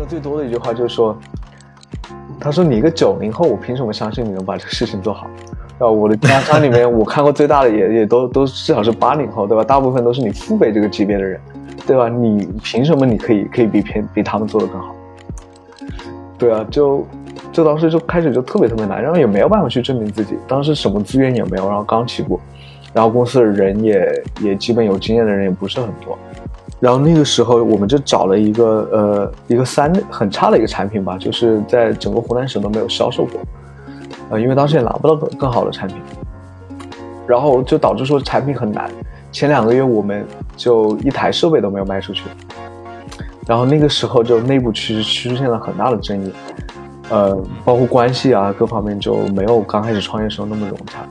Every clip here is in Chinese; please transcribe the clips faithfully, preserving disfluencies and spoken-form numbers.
最多的一句话就是说，他说你一个九零后，我凭什么相信你能把这个事情做好？啊，我的家乡里面我看过最大的也也都都至少是八零后，对吧？大部分都是你父辈这个级别的人，对吧？你凭什么你可以可以比偏比他们做得更好？对啊，就就当时就开始就特别特别难，然后也没有办法去证明自己，当时什么资源也没有，然后刚起步，然后公司的人也也基本有经验的人也不是很多。然后那个时候我们就找了一个呃一个三很差的一个产品吧，就是在整个湖南省都没有销售过，呃，因为当时也拿不到更更好的产品，然后就导致说产品很难。前两个月我们就一台设备都没有卖出去，然后那个时候就内部其实出现了很大的争议，呃，包括关系啊各方面就没有刚开始创业时候那么融洽。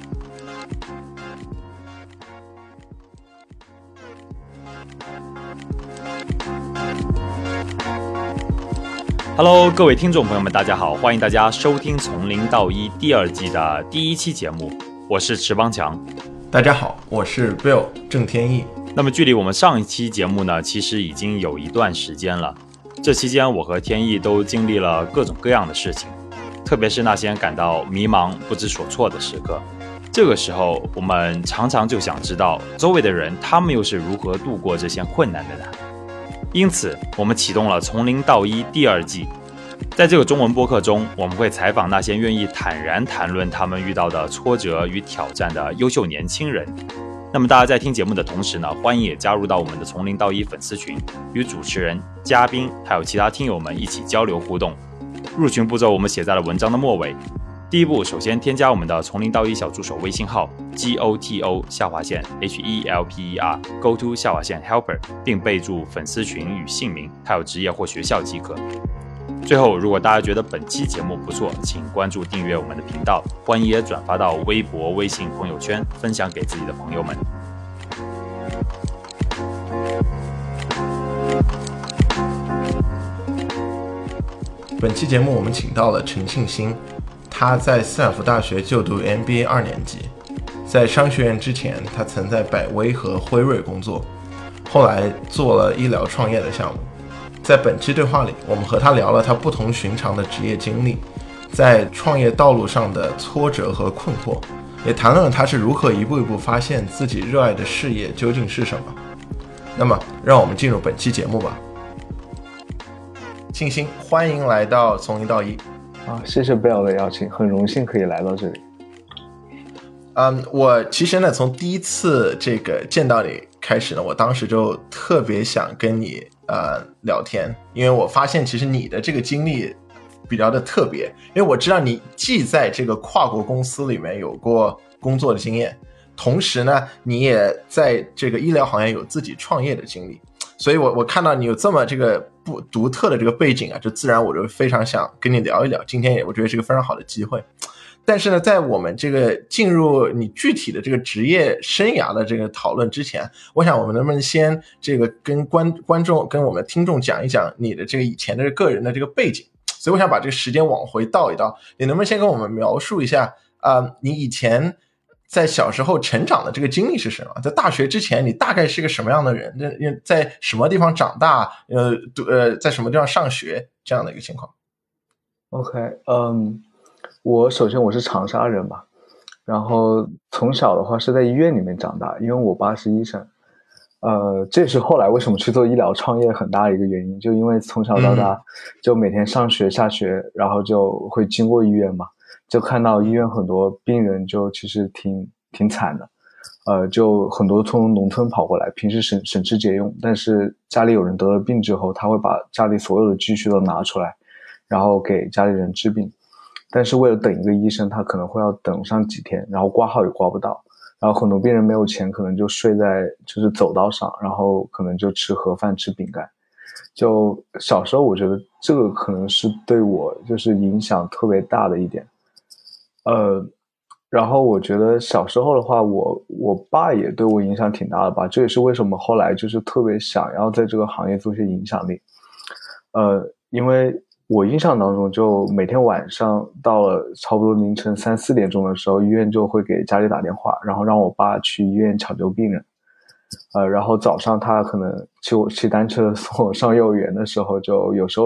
Hello， 各位听众朋友们，大家好，欢迎大家收听《从零到一》第二季的第一期节目，我是池邦强。 大家好，我是 Bill 郑天意。 那么距离我们上一期节目呢，其实已经有一段时间了。这期间，我和天意都经历了各种各样的事情，特别是那些感到迷茫、不知所措的时刻。这个时候，我们常常就想知道，周围的人他们又是如何度过这些困难的呢？因此，我们启动了《从零到一》第二季。在这个中文播客中，我们会采访那些愿意坦然谈论他们遇到的挫折与挑战的优秀年轻人。那么大家在听节目的同时呢，欢迎也加入到我们的《从零到一》粉丝群，与主持人、嘉宾还有其他听友们一起交流互动。入群步骤我们写在了文章的末尾。第一步，首先添加我们的从零到一小助手微信号 G O T O 下划线 H E L P E R Go To 下划线 Helper， 并备注粉丝群与姓名，还有职业或学校即可。最后，如果大家觉得本期节目不错，请关注订阅我们的频道，欢迎也转发到微博、微信朋友圈，分享给自己的朋友们。 本期节目我们请到了陈庆新，他在斯坦福大学就读 M B A 二年级，在商学院之前，他曾在百威和辉瑞工作，后来做了医疗创业的项目。在本期对话里，我们和他聊了他不同寻常的职业经历，在创业道路上的挫折和困惑，也谈论了他是如何一步一步发现自己热爱的事业究竟是什么。那么，让我们进入本期节目吧。庆新，欢迎来到从零到一。 啊，谢谢贝尔的邀请，很荣幸可以来到这里。 嗯，我其实呢，从第一次这个见到你开始呢，我当时就特别想跟你呃聊天，因为我发现其实你的这个经历比较的特别，因为我知道你既在这个跨国公司里面有过工作的经验，同时呢，你也在这个医疗行业有自己创业的经历，所以我我看到你有这么这个不独特的这个背景啊，就自然我就非常想跟你聊一聊，今天也我觉得是个非常好的机会。但是呢，在我们这个进入你具体的这个职业生涯的这个讨论之前，我想我们能不能先这个跟观观众跟我们听众讲一讲你的这个以前的个人的这个背景。所以我想把这个时间往回倒一倒，你能不能先跟我们描述一下啊、呃，你以前在小时候成长的这个经历是什么？在大学之前你大概是个什么样的人？在什么地方长大？呃呃，在什么地方上学？这样的一个情况。 OK， 嗯。我首先我是长沙人吧，然后从小的话是在医院里面长大，因为我爸是医生，呃，这是后来为什么去做医疗创业很大的一个原因，就因为从小到大就每天上学下学，然后就会经过医院嘛，就看到医院很多病人就其实挺挺惨的，呃，就很多从农村跑过来，平时省省吃俭用，但是家里有人得了病之后，他会把家里所有的积蓄都拿出来，然后给家里人治病。但是为了等一个医生，他可能会要等上几天，然后挂号也挂不到，然后很多病人没有钱，可能就睡在就是走道上，然后可能就吃盒饭吃饼干。就小时候我觉得这个可能是对我就是影响特别大的一点。呃，然后我觉得小时候的话，我我爸也对我影响挺大的吧，这也是为什么后来就是特别想要在这个行业做些影响力。呃，因为我印象当中，就每天晚上到了差不多凌晨三四点钟的时候，医院就会给家里打电话，然后让我爸去医院抢救病人。呃，然后早上他可能骑我骑单车送我上幼儿园的时候，就有时候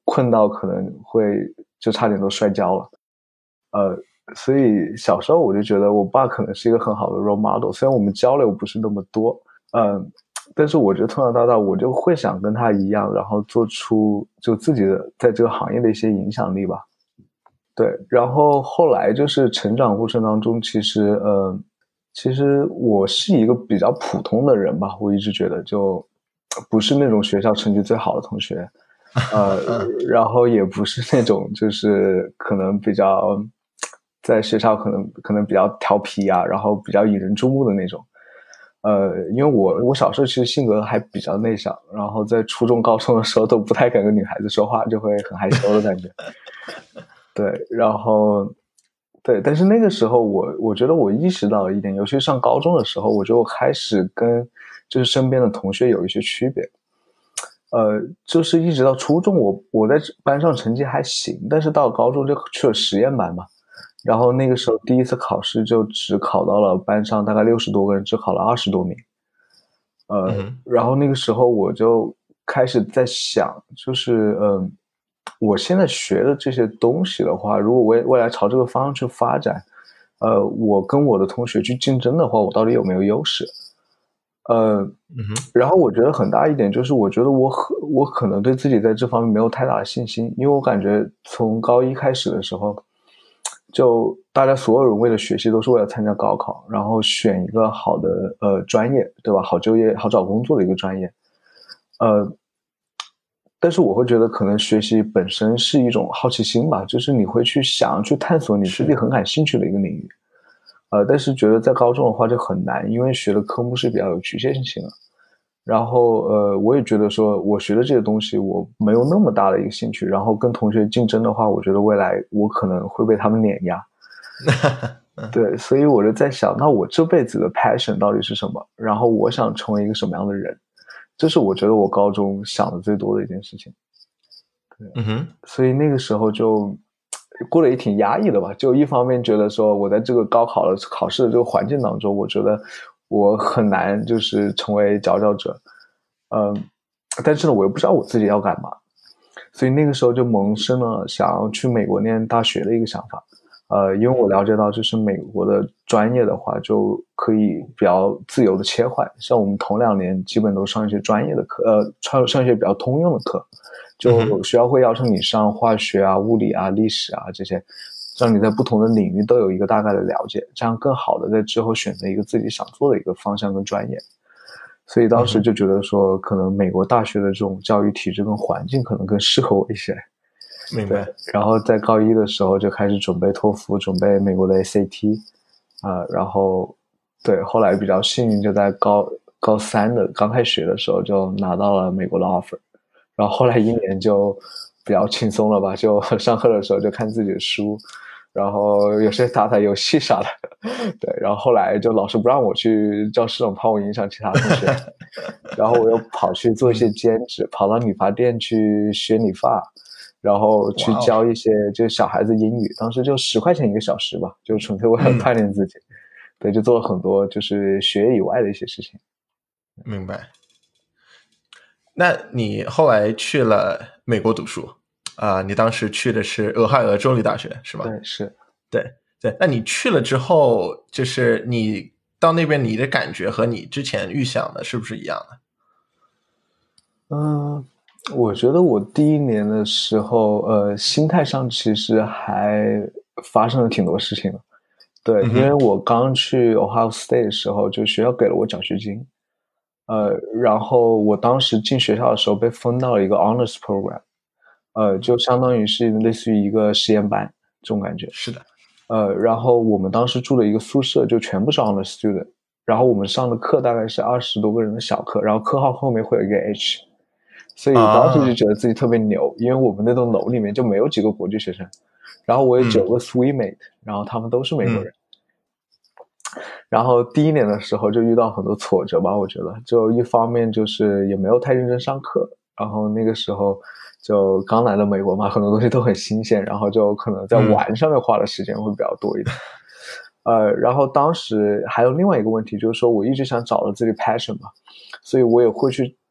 困到可能会就差点都摔跤了。呃，所以小时候我就觉得我爸可能是一个很好的 role model， 虽然我们交流不是那么多，嗯，但是我觉得从小到大我就会想跟他一样，然后做出就自己的在这个行业的一些影响力吧。对，然后后来就是成长过程当中，其实呃，其实我是一个比较普通的人吧，我一直觉得就不是那种学校成绩最好的同学，呃，然后也不是那种就是可能比较在学校可能可能比较调皮啊，然后比较引人注目的那种。呃，因为我我小时候其实性格还比较内向，然后在初中高中的时候都不太敢跟女孩子说话，就会很害羞的感觉。对，然后对，但是那个时候我我觉得我意识到了一点，尤其是上高中的时候，我就开始跟就是身边的同学有一些区别。呃，就是一直到初中我我在班上成绩还行，但是到高中就去了实验班嘛，然后那个时候第一次考试就只考到了班上大概六十多个人，只考了二十多名。呃， 嗯然后那个时候我就开始在想，就是嗯、呃，我现在学的这些东西的话，如果未未来朝这个方向去发展，呃，我跟我的同学去竞争的话，我到底有没有优势？呃， 嗯哼， 然后我觉得很大一点就是，我觉得我可我可能对自己在这方面没有太大的信心，因为我感觉从高一开始的时候，就大家所有人为了学习都是为了参加高考，然后选一个好的呃专业，对吧？好就业、好找工作的一个专业，呃，但是我会觉得可能学习本身是一种好奇心吧，就是你会去想要去探索你自己是很感兴趣的一个领域。呃，但是觉得在高中的话就很难，因为学的科目是比较有局限性的。然后呃，我也觉得说我学的这些东西我没有那么大的一个兴趣，然后跟同学竞争的话，我觉得未来我可能会被他们碾压。对，所以我就在想，那我这辈子的 passion 到底是什么？然后我想成为一个什么样的人？这是我觉得我高中想的最多的一件事情。 嗯哼， 所以那个时候就过得也挺压抑的吧。就一方面觉得说，我在这个高考的考试的这个环境当中，我觉得我很难就是成为佼佼者，嗯，但是呢，我又不知道我自己要干嘛，所以那个时候就萌生了想要去美国念大学的一个想法。呃，因为我了解到，就是美国的专业的话，就可以比较自由的切换。像我们头两年基本都上一些专业的课，呃，上上一些比较通用的课，就学校会要求你上化学啊、物理啊、历史啊这些，让你在不同的领域都有一个大概的了解，这样更好的在之后选择一个自己想做的一个方向跟专业。所以当时就觉得说，可能美国大学的这种教育体制跟环境可能更适合我一些。 明白。 然后在高一的时候就开始准备托福，准备美国的 S A T， 啊、呃，然后对，后来比较幸运，就在高高三的刚开学的时候就拿到了美国的 offer， 然后后来一年就比较轻松了吧，就上课的时候就看自己的书，然后有些打打游戏啥的，对，然后后来就老师不让我去教室，怕我影响其他同学，然后我又跑去做一些兼职，跑到理发店去学理发。然后去教一些就是小孩子英语，当时就十块钱一个小时吧，就纯粹为了锻炼自己。嗯、对，就做了很多就是学业以外的一些事情。 明白。那你后来去了美国读书啊、呃？你当时去的是俄亥俄州立大学是吗？ 对，是。 对对。那你去了之后，就是你到那边，你的感觉和你之前预想的是不是一样的？ 嗯。我觉得我第一年的时候，呃，心态上其实还发生了挺多事情的。对， 嗯、 因为我刚去 Ohio State 的时候，就学校给了我奖学金，呃，然后我当时进学校的时候被分到了一个 honors program， 呃，就相当于是类似于一个实验班这种感觉。 是的。 呃，然后我们当时住的一个宿舍就全部是 honors student， 然后我们上的课大概是二十多个人的小课，然后课号后面会有一个 H。所以当时就觉得自己特别牛，因为我们那栋楼里面就没有几个国际学生，然后我有九个 suite mate，、嗯、然后他们都是美国人、嗯。然后第一年的时候就遇到很多挫折吧，我觉得就一方面就是也没有太认真上课，然后那个时候就刚来的美国嘛，很多东西都很新鲜，然后就可能在玩上面花的时间会比较多一点。嗯、呃，然后当时还有另外一个问题就是说我一直想找到自己 passion 嘛，所以我也会去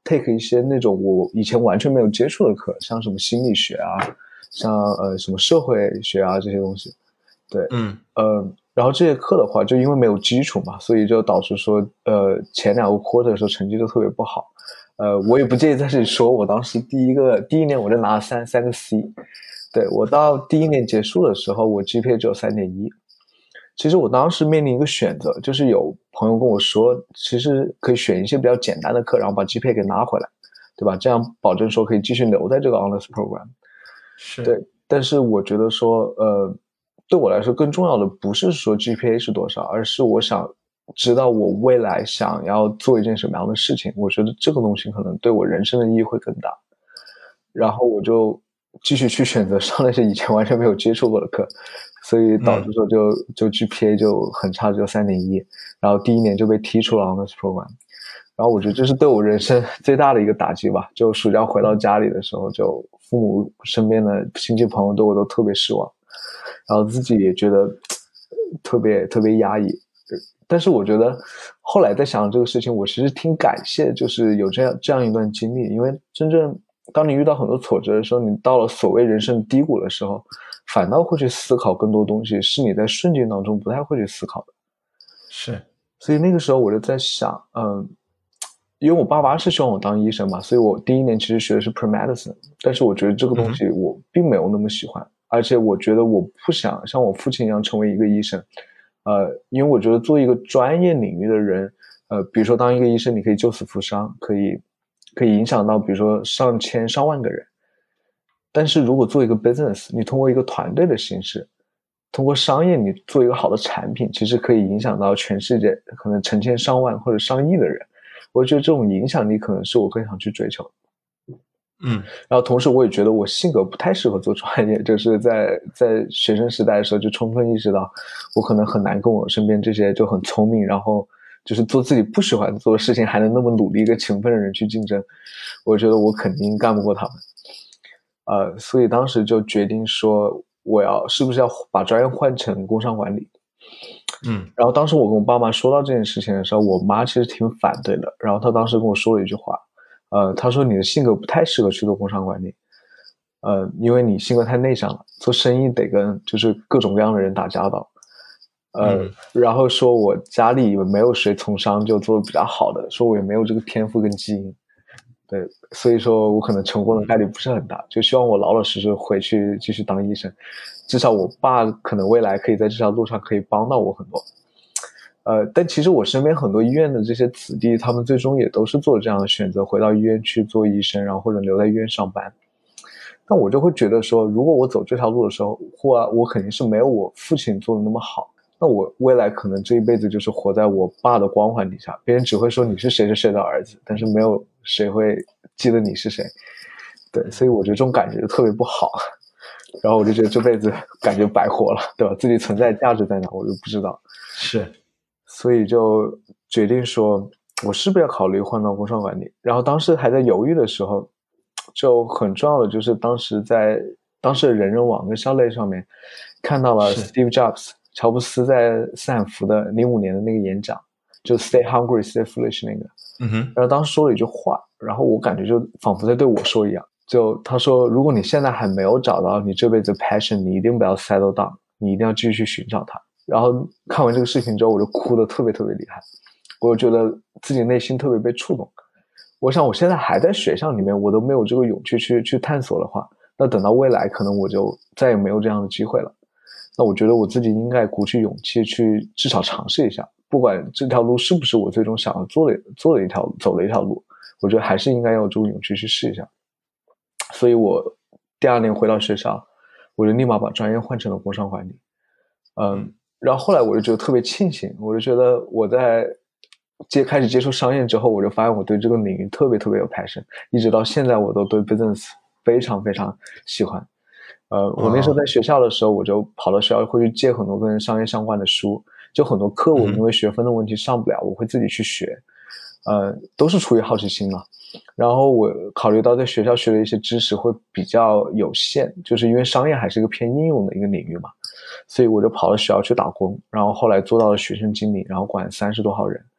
take 一些那种我以前完全没有接触的课，像什么心理学啊，像呃什么社会学啊这些东西。对， 嗯呃，然后这些课的话，就因为没有基础嘛，所以就导致说，呃，前两个 quarter 的时候成绩就特别不好。呃，我也不介意在这里说，我当时第一个第一年我就拿了三三个 C， 对，我到第一年结束的时候，我 G P A 只有 三点一。其实我当时面临一个选择，就是有朋友跟我说，其实可以选一些比较简单的课，然后把 G P A 给拿回来，对吧？这样保证说可以继续留在这个 honors program。 是对，但是我觉得说，呃，对我来说更重要的不是说 G P A 是多少，而是我想知道我未来想要做一件什么样的事情。我觉得这个东西可能对我人生的意义会更大。然后我就继续去选择上那些以前完全没有接触过的课，所以导致说就、嗯、就 G P A 就很差，只有 三点一， 然后第一年就被踢出了 honors program。然后我觉得这是对我人生最大的一个打击吧。就暑假回到家里的时候，就父母身边的亲戚朋友对我都特别失望，然后自己也觉得特别特别压抑。但是我觉得后来在想这个事情，我其实挺感谢就是有这样这样一段经历，因为真正当你遇到很多挫折的时候，你到了所谓人生低谷的时候，反倒会去思考更多东西，是你在瞬间当中不太会去思考的。 是， 所以那个时候我就在想，嗯，因为我爸妈是希望我当医生嘛，所以我第一年其实学的是 pre-medicine， 但是我觉得这个东西我并没有那么喜欢，嗯、而且我觉得我不想像我父亲一样成为一个医生，呃，因为我觉得做一个专业领域的人，呃，比如说当一个医生，你可以救死扶伤，可以可以影响到比如说上千上万个人，但是如果做一个 business， 你通过一个团队的形式，通过商业你做一个好的产品，其实可以影响到全世界可能成千上万或者上亿的人。我觉得这种影响力可能是我更想去追求的。 嗯， 然后同时我也觉得我性格不太适合做专业，就是在在学生时代的时候就充分意识到我可能很难跟我身边这些就很聪明，然后就是做自己不喜欢做的事情还能那么努力跟勤奋的人去竞争，我觉得我肯定干不过他们。呃，所以当时就决定说我要是不是要把专业换成工商管理。 嗯， 然后当时我跟我爸妈说到这件事情的时候，我妈其实挺反对的，然后她当时跟我说了一句话，呃，她说你的性格不太适合去做工商管理，呃，因为你性格太内向了，做生意得跟就是各种各样的人打交道，呃、嗯，然后说我家里没有谁从商就做的比较好的，说我也没有这个天赋跟基因，对，所以说我可能成功的概率不是很大，就希望我老老实实回去继续当医生，至少我爸可能未来可以在这条路上可以帮到我很多。呃，但其实我身边很多医院的这些子弟，他们最终也都是做这样的选择，回到医院去做医生，然后或者留在医院上班。但我就会觉得说，如果我走这条路的时候，或我肯定是没有我父亲做的那么好，那我未来可能这一辈子就是活在我爸的光环底下，别人只会说你是谁是谁的儿子，但是没有谁会记得你是谁。对，所以我觉得这种感觉就特别不好。然后我就觉得这辈子感觉白活了，对吧？自己存在价值在哪，我就不知道。 是， 所以就决定说，我是不是要考虑换到工商管理？然后当时还在犹豫的时候，就很重要的就是当时在当时的人人网跟校内上面看到了 Steve Jobs 乔布斯在斯坦福的零五年的那个演讲，就 Stay Hungry, Stay Foolish 那个。 嗯哼。 然后当时说了一句话，然后我感觉就仿佛在对我说一样。就他说，如果你现在还没有找到你这辈子 passion， 你一定不要 settle down， 你一定要继续去寻找它。然后看完这个视频之后，我就哭得特别特别厉害，我就觉得自己内心特别被触动。我想我现在还在学校里面，我都没有这个勇气去去探索的话，那等到未来可能我就再也没有这样的机会了。那我觉得我自己应该鼓起勇气去至少尝试一下，不管这条路是不是我最终想要做的做的一条走的一条路，我觉得还是应该要有这个勇气去试一下。所以我第二年回到学校，我就立马把专业换成了工商管理。嗯，然后后来我就觉得特别庆幸，我就觉得我在接开始接触商业之后，我就发现我对这个领域特别特别有 passion， 一直到现在我都对 business 非常非常喜欢。呃，我那时候在学校的时候，我就跑到学校会去借很多跟商业相关的书，就很多课我因为学分的问题上不了，我会自己去学，呃，都是出于好奇心嘛。然后我考虑到在学校学的一些知识会比较有限，就是因为商业还是一个偏应用的一个领域嘛，所以我就跑到学校去打工，然后后来做到了学生经理，然后管三十多号人。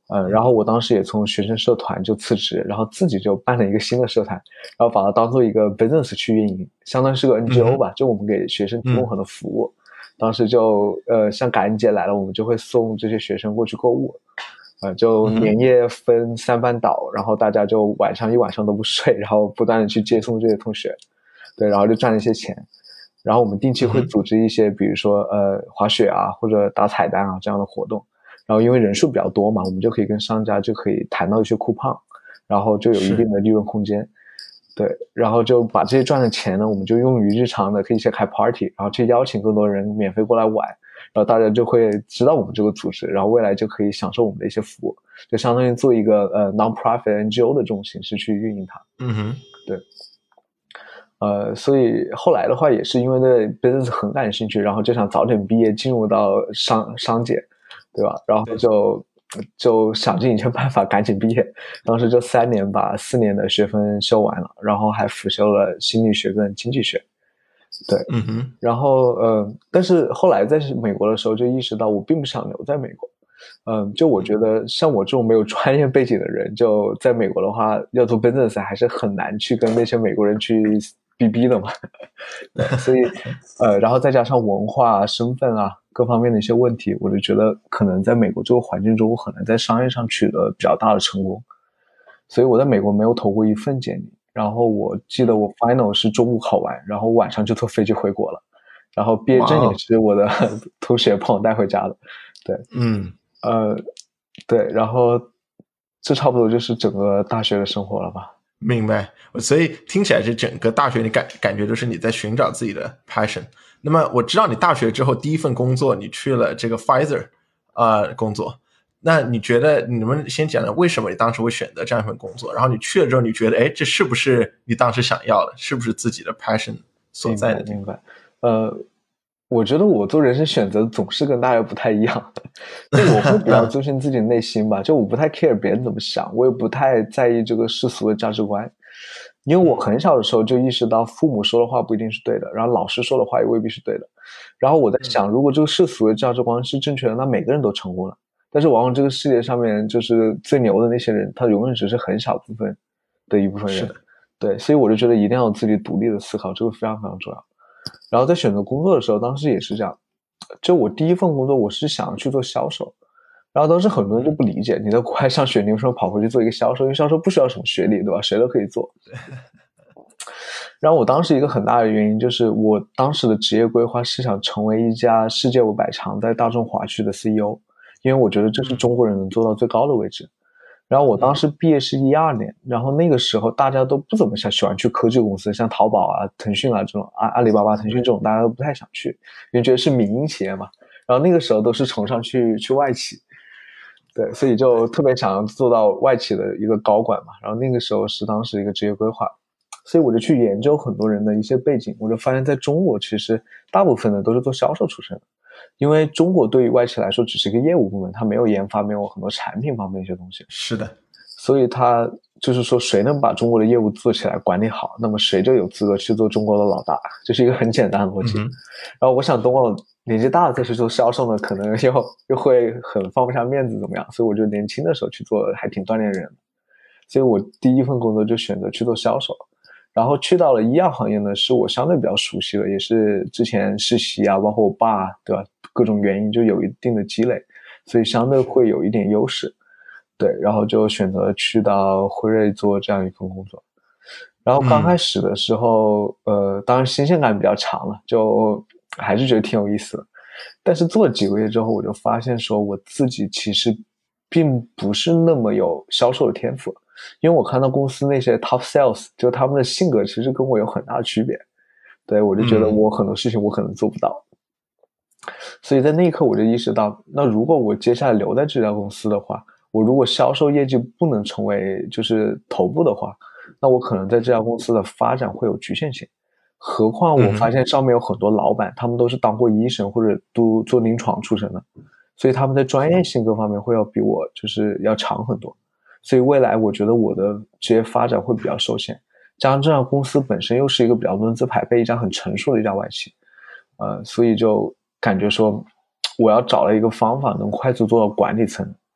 呃，然后我当时也从学生社团就辞职，然后自己就办了一个新的社团，然后把它当做一个 business 去运营，相当于是个 N G O 吧，就我们给学生提供很多服务。当时就呃，像感恩节来了，我们就会送这些学生过去购物，呃，就连夜分三班倒，然后大家就晚上一晚上都不睡，然后不断的去接送这些同学，对，然后就赚了一些钱。然后我们定期会组织一些，比如说呃滑雪啊或者打彩蛋啊这样的活动。然后因为人数比较多嘛，我们就可以跟商家就可以谈到一些 coupon， 然后就有一定的利润空间。对，然后就把这些赚的钱呢，我们就用于日常的可以先开 party， 然后去邀请更多人免费过来玩，然后大家就会知道我们这个组织，然后未来就可以享受我们的一些服务，就相当于做一个呃 non-profit N G O 的这种形式去运营它。 嗯哼， 对。呃，所以后来的话也是因为对 business 很感兴趣，然后就想早点毕业进入到商商界，对吧？然后就就想尽一切办法赶紧毕业，当时就三年把四年的学分修完了，然后还辅修了心理学跟经济学。对， 嗯哼， 然后呃，但是后来在美国的时候就意识到我并不想留在美国。嗯，就我觉得像我这种没有专业背景的人，就在美国的话，要做 business 还是很难去跟那些美国人去逼逼的嘛。对，所以呃，然后再加上文化啊、身份啊各方面的一些问题，我就觉得可能在美国这个环境中，我很难在商业上取得比较大的成功。所以我在美国没有投过一份简历。然后我记得我 final 是中午考完，然后晚上就坐飞机回国了。然后毕业证也是我的同学帮我带回家的。对， 嗯， 呃，对，然后这差不多就是整个大学的生活了吧。 明白。所以听起来这整个大学你感感觉就是你在寻找自己的 passion。那么我知道你大学之后第一份工作你去了这个 Pfizer 呃工作，那你觉得你们先讲讲为什么你当时会选择这样一份工作，然后你去了之后你觉得哎，这是不是你当时想要的，是不是自己的 passion 所在的地方？ 明白，明白。呃，我觉得我做人生选择总是跟大家不太一样，就我会比较遵循自己的内心吧，就我不太 care 别人怎么想，我也不太在意这个世俗的价值观。因为我很小的时候就意识到父母说的话不一定是对的，然后老师说的话也未必是对的。然后我在想，如果这个世俗的价值观是正确的，那每个人都成功了。但是往往这个世界上面就是最牛的那些人，他永远只是很小部分的一部分人。 是的， 对，所以我就觉得一定要有自己独立的思考，这个非常非常重要。然后在选择工作的时候，当时也是这样，就我第一份工作我是想去做销售，然后当时很多人就不理解，你在国外上学，你为什么跑回去做一个销售？因为销售不需要什么学历，对吧？谁都可以做。然后我当时一个很大的原因就是我当时的职业规划是想成为一家世界五百强在大中华区的 C E O， 因为我觉得这是中国人能做到最高的位置。然后我当时毕业是一二年，然后那个时候大家都不怎么想喜欢去科技公司，像淘宝啊、腾讯啊这种，阿阿里巴巴、腾讯这种大家都不太想去，因为觉得是民营企业嘛。然后那个时候都是崇尚去去外企，对，所以就特别想要做到外企的一个高管嘛。然后那个时候是当时一个职业规划，所以我就去研究很多人的一些背景，我就发现在中国其实大部分的都是做销售出身的。因为中国对于外企来说只是一个业务部门，它没有研发，没有很多产品方面的一些东西。 是的， 所以它就是说谁能把中国的业务做起来管理好，那么谁就有资格去做中国的老大，这是一个很简单的逻辑。 嗯、 然后我想等我年纪大了再去做销售呢，可能又又会很放不下面子怎么样，所以我就年轻的时候去做还挺锻炼人的。所以我第一份工作就选择去做销售。然后去到了医药行业呢，是我相对比较熟悉的，也是之前实习啊，包括我爸，对吧？各种原因就有一定的积累，所以相对会有一点优势。对，然后就选择去到辉瑞做这样一份工作。然后刚开始的时候，嗯、呃，当然新鲜感比较强了，就还是觉得挺有意思的。但是做了几个月之后，我就发现说我自己其实并不是那么有销售的天赋。因为我看到公司那些 top sales， 就他们的性格其实跟我有很大的区别，对，我就觉得我很多事情我可能做不到。嗯、所以在那一刻我就意识到，那如果我接下来留在这家公司的话，我如果销售业绩不能成为就是头部的话，那我可能在这家公司的发展会有局限性。何况我发现上面有很多老板，他们都是当过医生或者都做临床出身的，所以他们在专业性各方面会要比我就是要强很多。所以未来我觉得我的职业发展会比较受限，加上这家公司本身又是一个比较论资排辈、一家很成熟的一家外企，呃，所以就感觉说我要找了一个方法能快速做到管理层，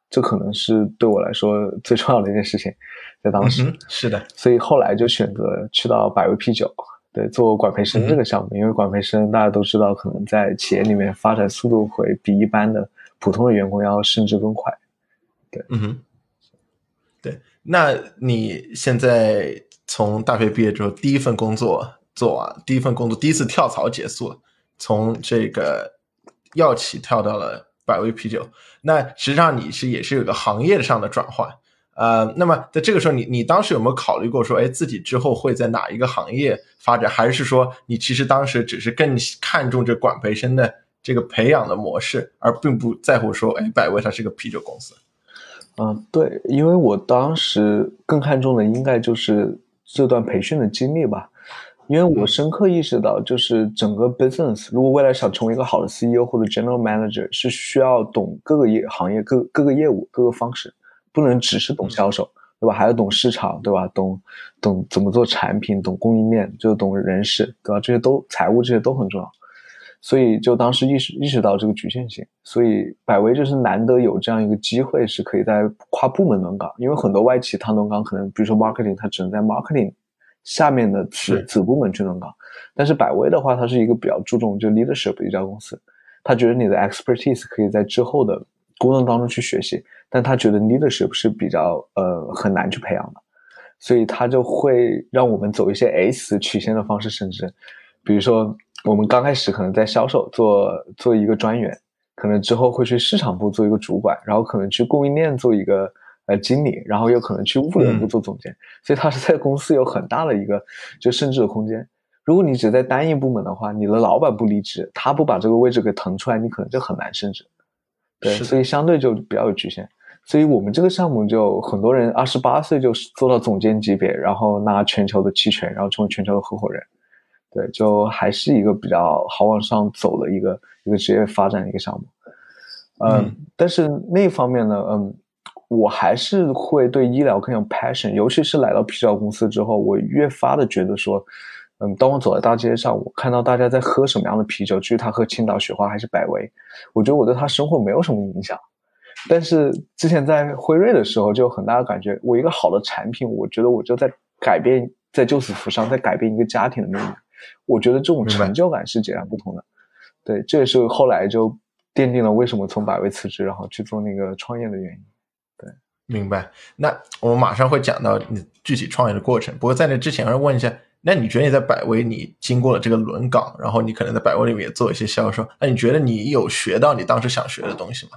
这可能是对我来说最重要的一件事情，在当时、 嗯、是的， 所以后来就选择去到百威啤酒，对，做管培生这个项目、嗯、因为管培生大家都知道可能在企业里面发展速度会比一般的普通的员工要升职更快。对， 嗯哼，对，那你现在从大学毕业之后第一份工作做完，第一份工作第一次跳槽结束，从这个药企跳到了百威啤酒，那实际上你是也是有个行业上的转换，呃，那么在这个时候你你当时有没有考虑过说，哎，自己之后会在哪一个行业发展，还是说你其实当时只是更看重这管培生的这个培养的模式，而并不在乎说，哎，百威它是个啤酒公司？ 嗯，对，因为我当时更看重的应该就是这段培训的经历吧，因为我深刻意识到，就是整个 business 如果未来想成为一个好的 C E O 或者 general manager， 是需要懂各个业行业各各个业务各个方式，不能只是懂销售，对吧？还要懂市场，对吧？懂懂怎么做产品，懂供应链，就懂人事，对吧？这些都财务这些都很重要。所以就当时意识意识到这个局限性，所以百威就是难得有这样一个机会，是可以在跨部门轮岗。因为很多外企它轮岗可能，比如说 marketing， 它只能在 marketing 下面的子子部门去轮岗。但是百威的话，它是一个比较注重就 leadership 的一家公司，他觉得你的 expertise 可以在之后的工作当中去学习，但他觉得 leadership 是比较呃很难去培养的，所以他就会让我们走一些 S 曲线的方式升职。比如说我们刚开始可能在销售做做一个专员，可能之后会去市场部做一个主管，然后可能去供应链做一个呃经理，然后又可能去物流部做总监、嗯、所以他是在公司有很大的一个就升职的空间。如果你只在单一部门的话，你的老板不离职，他不把这个位置给腾出来，你可能就很难升职。对，所以相对就比较有局限。所以我们这个项目就很多人二十八岁就做到总监级别，然后拿全球的期权，然后成为全球的合伙人。对，就还是一个比较好往上走的一个一个职业发展的一个项目。嗯，嗯但是那一方面呢，嗯，我还是会对医疗更有 passion， 尤其是来到啤酒公司之后，我越发的觉得说，嗯，当我走在大街上，我看到大家在喝什么样的啤酒，至于他喝青岛雪花还是百威，我觉得我对他生活没有什么影响。但是之前在辉瑞的时候就有很大的感觉，我一个好的产品，我觉得我就在改变，在救死扶伤，在改变一个家庭的命运。我觉得这种成就感是截然不同的。对，这也是后来就奠定了为什么从百威辞职然后去做那个创业的原因。对， 明白。那我们马上会讲到你具体创业的过程，不过在那之前我要问一下，那你觉得你在百威你经过了这个轮岗，然后你可能在百威里面也做一些销售，那你觉得你有学到你当时想学的东西吗？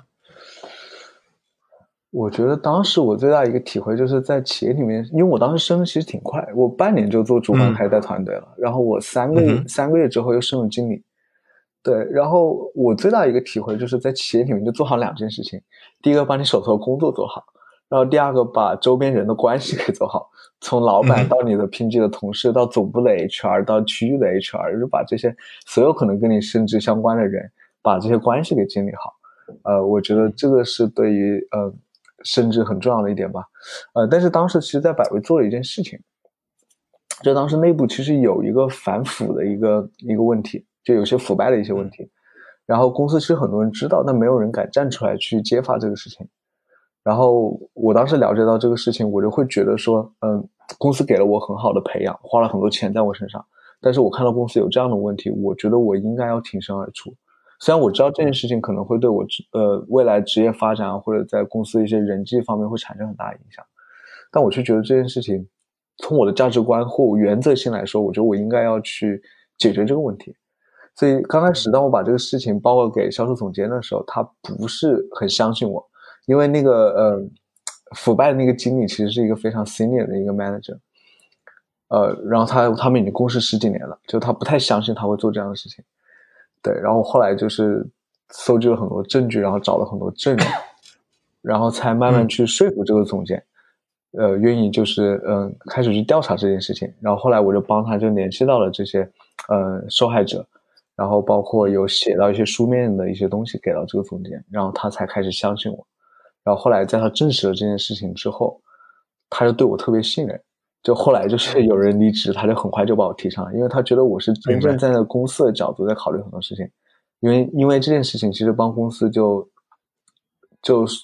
我觉得当时我最大一个体会就是在企业里面，因为我当时升的其实挺快，我半年就做主管开始带团队了、嗯、然后我三个月、嗯、三个月之后又升了经理。对，然后我最大一个体会就是在企业里面就做好两件事情，第一个把你手头的工作做好，然后第二个把周边人的关系给做好，从老板到你的拼级的同事、嗯、到总部的 H R 到区域的 H R， 就把这些所有可能跟你升职相关的人把这些关系给建立好。呃，我觉得这个是对于呃升职很重要的一点吧。呃，但是当时其实在百威做了一件事情，就当时内部其实有一个反腐的一个一个问题，就有些腐败的一些问题，然后公司其实很多人知道，但没有人敢站出来去揭发这个事情。然后我当时了解到这个事情，我就会觉得说，嗯，公司给了我很好的培养，花了很多钱在我身上，但是我看到公司有这样的问题，我觉得我应该要挺身而出。虽然我知道这件事情可能会对我呃未来职业发展或者在公司的一些人际方面会产生很大的影响，但我却觉得这件事情从我的价值观或原则性来说，我觉得我应该要去解决这个问题。所以刚开始当我把这个事情报告给销售总监的时候，他不是很相信我，因为那个呃腐败的那个经理其实是一个非常 senior 的一个 manager， 呃，然后他他们已经共事十几年了，就他不太相信他会做这样的事情。对，然后后来就是搜集了很多证据，然后找了很多证人，然后才慢慢去说服这个总监，嗯、呃，愿意就是嗯、呃、开始去调查这件事情。然后后来我就帮他就联系到了这些呃受害者，然后包括有写到一些书面的一些东西给到这个总监，然后他才开始相信我。然后后来在他证实了这件事情之后，他就对我特别信任。就后来就是有人离职，他就很快就把我提上来，因为他觉得我是真正站在公司的角度在考虑很多事情。因为因为这件事情其实帮公司就就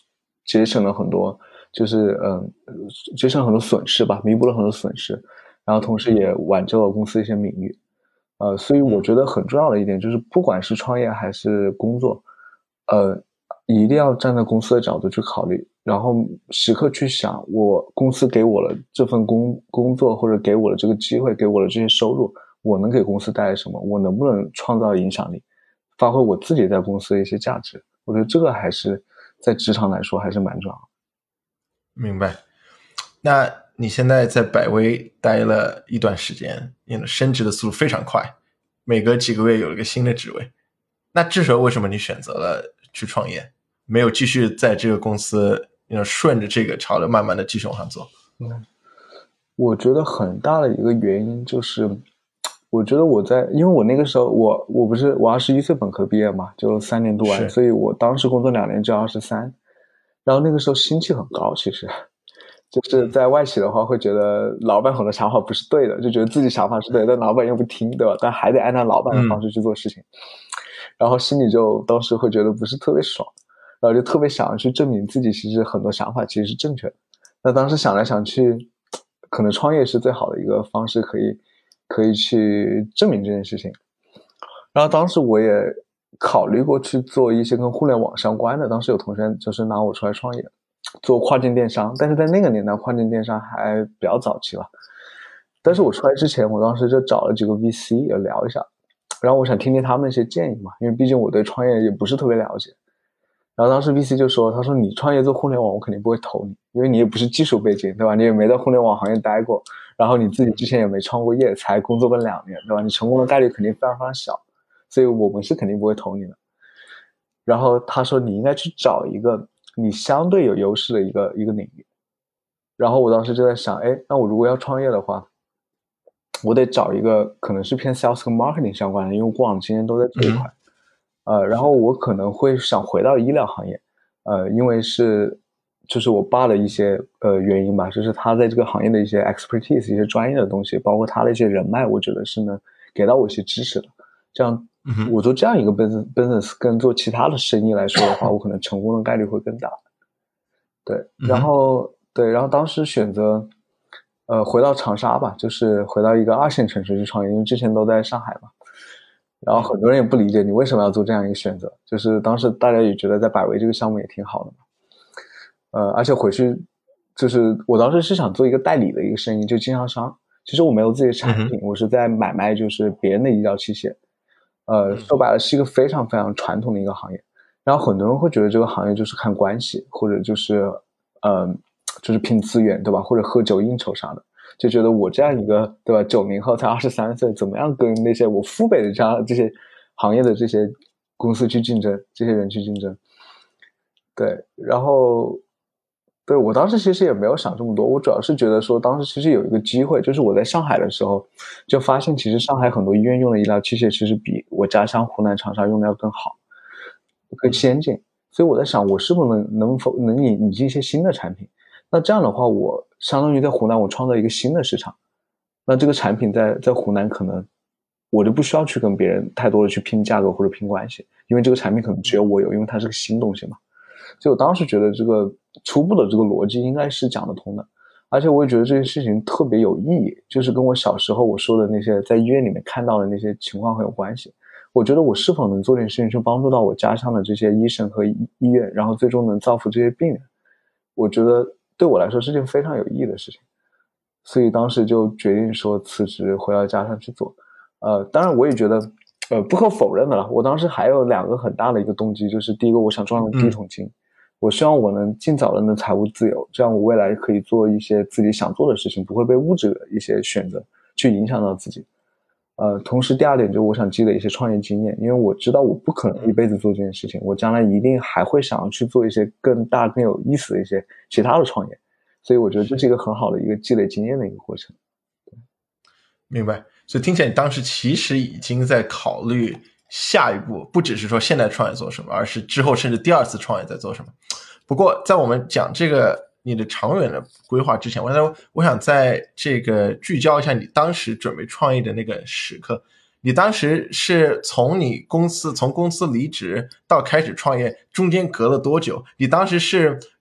节省了很多，就是嗯、呃，节省了很多损失吧，弥补了很多损失，然后同时也挽救了公司一些名誉。呃，所以我觉得很重要的一点就是，不管是创业还是工作，呃，一定要站在公司的角度去考虑，然后时刻去想，我公司给我了这份工工作，或者给我了这个机会，给我了这些收入，我能给公司带来什么？我能不能创造影响力，发挥我自己在公司的一些价值？我觉得这个还是在职场来说还是蛮重要的。 明白。那你现在在百威待了一段时间，升职的速度非常快，每隔几个月有一个新的职位。那这时候为什么你选择了去创业，没有继续在这个公司顺着这个潮流慢慢的继续往上做？ 嗯，我觉得很大的一个原因就是，我觉得我在，因为我那个时候我我不是我二十一岁本科毕业嘛，就三年读完，所以我当时工作两年就二十三，然后那个时候心气很高，其实。就是在外企的话，会觉得老板很多想法不是对的，就觉得自己想法是对的，但老板又不听，对吧？但还得按照老板的方式去做事情，嗯、然后心里就当时会觉得不是特别爽，然后就特别想要去证明自己其实很多想法其实是正确的。那当时想来想去，可能创业是最好的一个方式，可以可以去证明这件事情。然后当时我也考虑过去做一些跟互联网相关的，当时有同学就是拿我出来创业。做跨境电商，但是在那个年代跨境电商还比较早期了。但是我出来之前，我当时就找了几个 V C 也聊一下，然后我想听听他们一些建议嘛，因为毕竟我对创业也不是特别了解。然后当时 V C 就说，他说你创业做互联网我肯定不会投你，因为你也不是技术背景，对吧？你也没在互联网行业待过，然后你自己之前也没创过业，才工作个两年，对吧？你成功的概率肯定非常非常小，所以我们是肯定不会投你的。然后他说你应该去找一个你相对有优势的一个一个领域。然后我当时就在想，哎，那我如果要创业的话，我得找一个可能是偏 sales 跟 marketing 相关的，因为过往经验都在这一块。嗯、呃，然后我可能会想回到医疗行业，呃，因为是就是我爸的一些呃原因吧，就是他在这个行业的一些 expertise 一些专业的东西，包括他的一些人脉，我觉得是能给到我一些支持的。这样我做这样一个 business business 跟做其他的生意来说的话，我可能成功的概率会更大。对，然后对，然后当时选择呃回到长沙吧，就是回到一个二线城市去创业，因为之前都在上海嘛。然后很多人也不理解你为什么要做这样一个选择，就是当时大家也觉得在百威这个项目也挺好的嘛。呃，而且回去就是我当时是想做一个代理的一个生意，就经销商。其实我没有自己的产品，我是在买卖就是别人的医疗器械。呃，说白了是一个非常非常传统的一个行业。然后很多人会觉得这个行业就是看关系，或者就是呃就是拼资源，对吧？或者喝酒应酬啥的，就觉得我这样一个对吧九零后才二十三岁，怎么样跟那些我父辈的这样这些行业的这些公司去竞争，这些人去竞争。对，然后对我当时其实也没有想这么多，我主要是觉得说当时其实有一个机会，就是我在上海的时候就发现其实上海很多医院用的医疗器械其实比我家乡湖南长沙用的要更好，更先进。所以我在想我是不是能能否能引引进一些新的产品，那这样的话我相当于在湖南我创造一个新的市场，那这个产品在在湖南可能我就不需要去跟别人太多的去拼价格或者拼关系，因为这个产品可能只有我有，因为它是个新东西嘛。所以我当时觉得这个初步的这个逻辑应该是讲得通的，而且我也觉得这件事情特别有意义，就是跟我小时候我说的那些在医院里面看到的那些情况很有关系。我觉得我是否能做点事情去帮助到我家乡的这些医生和医院，然后最终能造福这些病人，我觉得对我来说是件非常有意义的事情。所以当时就决定说辞职回到家乡去做。呃，当然我也觉得呃不可否认的了，我当时还有两个很大的一个动机，就是第一个我想赚到第一桶金、嗯、我希望我能尽早的能财务自由，这样我未来可以做一些自己想做的事情，不会被物质的一些选择去影响到自己。呃，同时第二点就是我想积累一些创业经验，因为我知道我不可能一辈子做这件事情，我将来一定还会想要去做一些更大更有意思的一些其他的创业，所以我觉得这是一个很好的一个积累经验的一个过程。 明白。所以听起来你当时其实已经在考虑下一步，不只是说现在创业做什么，而是之后甚至第二次创业在做什么。不过在我们讲这个你的长远的规划之前，我想我想在这个聚焦一下你当时准备创业的那个时刻。你当时是从你公司从公司离职到开始创业中间隔了多久？你当时是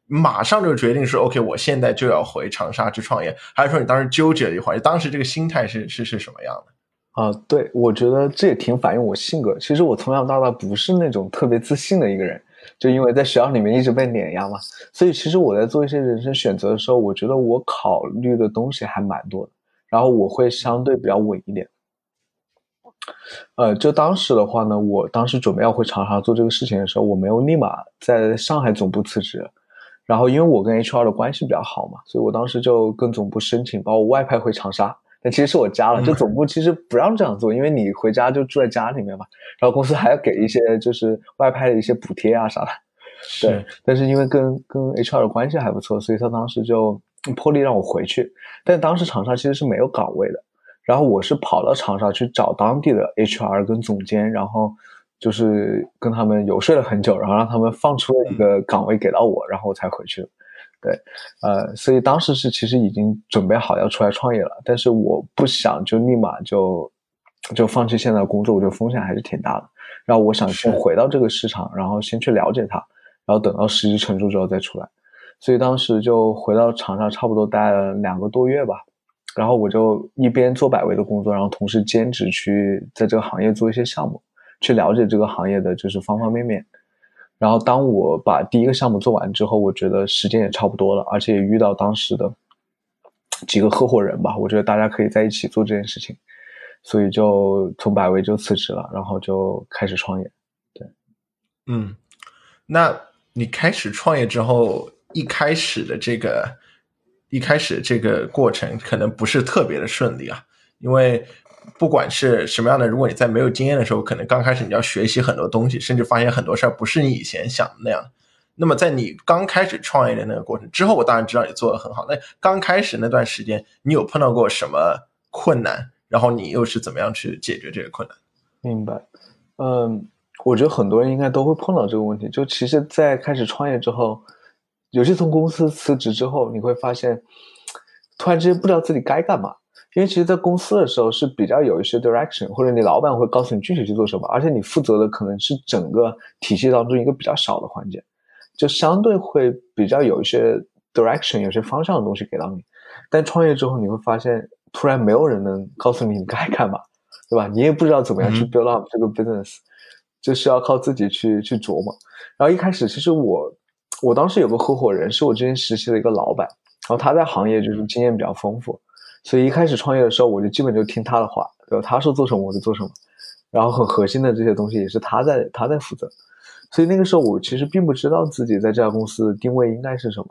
马上就决定说 OK 我现在就要回长沙去创业，还是说你当时纠结了一会儿，当时这个心态是是是什么样的？ 啊、呃，对，我觉得这也挺反映我性格。其实我从小到大不是那种特别自信的一个人，就因为在学校里面一直被碾压嘛，所以其实我在做一些人生选择的时候，我觉得我考虑的东西还蛮多的，然后我会相对比较稳一点。呃，就当时的话呢，我当时准备要回长沙做这个事情的时候，我没有立马在上海总部辞职，然后因为我跟 H R 的关系比较好嘛，所以我当时就跟总部申请把我外派回长沙。但其实是我加了，就总部其实不让这样做，因为你回家就住在家里面嘛，然后公司还要给一些就是外派的一些补贴啊啥的。对，但是因为跟跟 H R 的关系还不错，所以他当时就破例让我回去。但当时长沙其实是没有岗位的，然后我是跑到长沙去找当地的 H R 跟总监，然后就是跟他们游说了很久，然后让他们放出了一个岗位给到我，然后我才回去的。对，呃，所以当时是其实已经准备好要出来创业了，但是我不想就立马就就放弃现在的工作，我觉得风险还是挺大的。然后我想先回到这个市场，然后先去了解它，然后等到时机成熟之后再出来。所以当时就回到长沙，差不多待了两个多月吧。然后我就一边做百威的工作，然后同时兼职去在这个行业做一些项目，去了解这个行业的就是方方面面。然后当我把第一个项目做完之后，我觉得时间也差不多了，而且也遇到当时的几个合伙人吧，我觉得大家可以在一起做这件事情，所以就从百威就辞职了，然后就开始创业。对， 嗯，那你开始创业之后，一开始的这个一开始这个过程可能不是特别的顺利啊，因为不管是什么样的，如果你在没有经验的时候，可能刚开始你要学习很多东西，甚至发现很多事儿不是你以前想的那样。那么在你刚开始创业的那个过程之后，我当然知道你做得很好，那刚开始那段时间你有碰到过什么困难，然后你又是怎么样去解决这个困难？ 明白。嗯，我觉得很多人应该都会碰到这个问题，就其实在开始创业之后，尤其从公司辞职之后，你会发现突然之间不知道自己该干嘛。因为其实在公司的时候是比较有一些 direction， 或者你老板会告诉你具体去做什么，而且你负责的可能是整个体系当中一个比较小的环节，就相对会比较有一些 direction， 有些方向的东西给到你。但创业之后你会发现突然没有人能告诉你你该干嘛，对吧？你也不知道怎么样去 build up 这个 business， 就是要靠自己去去琢磨。然后一开始其实我我当时有个合伙人是我之前实习的一个老板，然后他在行业就是经验比较丰富，所以一开始创业的时候我就基本就听他的话，对吧？他说做什么我就做什么，然后很核心的这些东西也是他在他在负责。所以那个时候我其实并不知道自己在这家公司的定位应该是什么。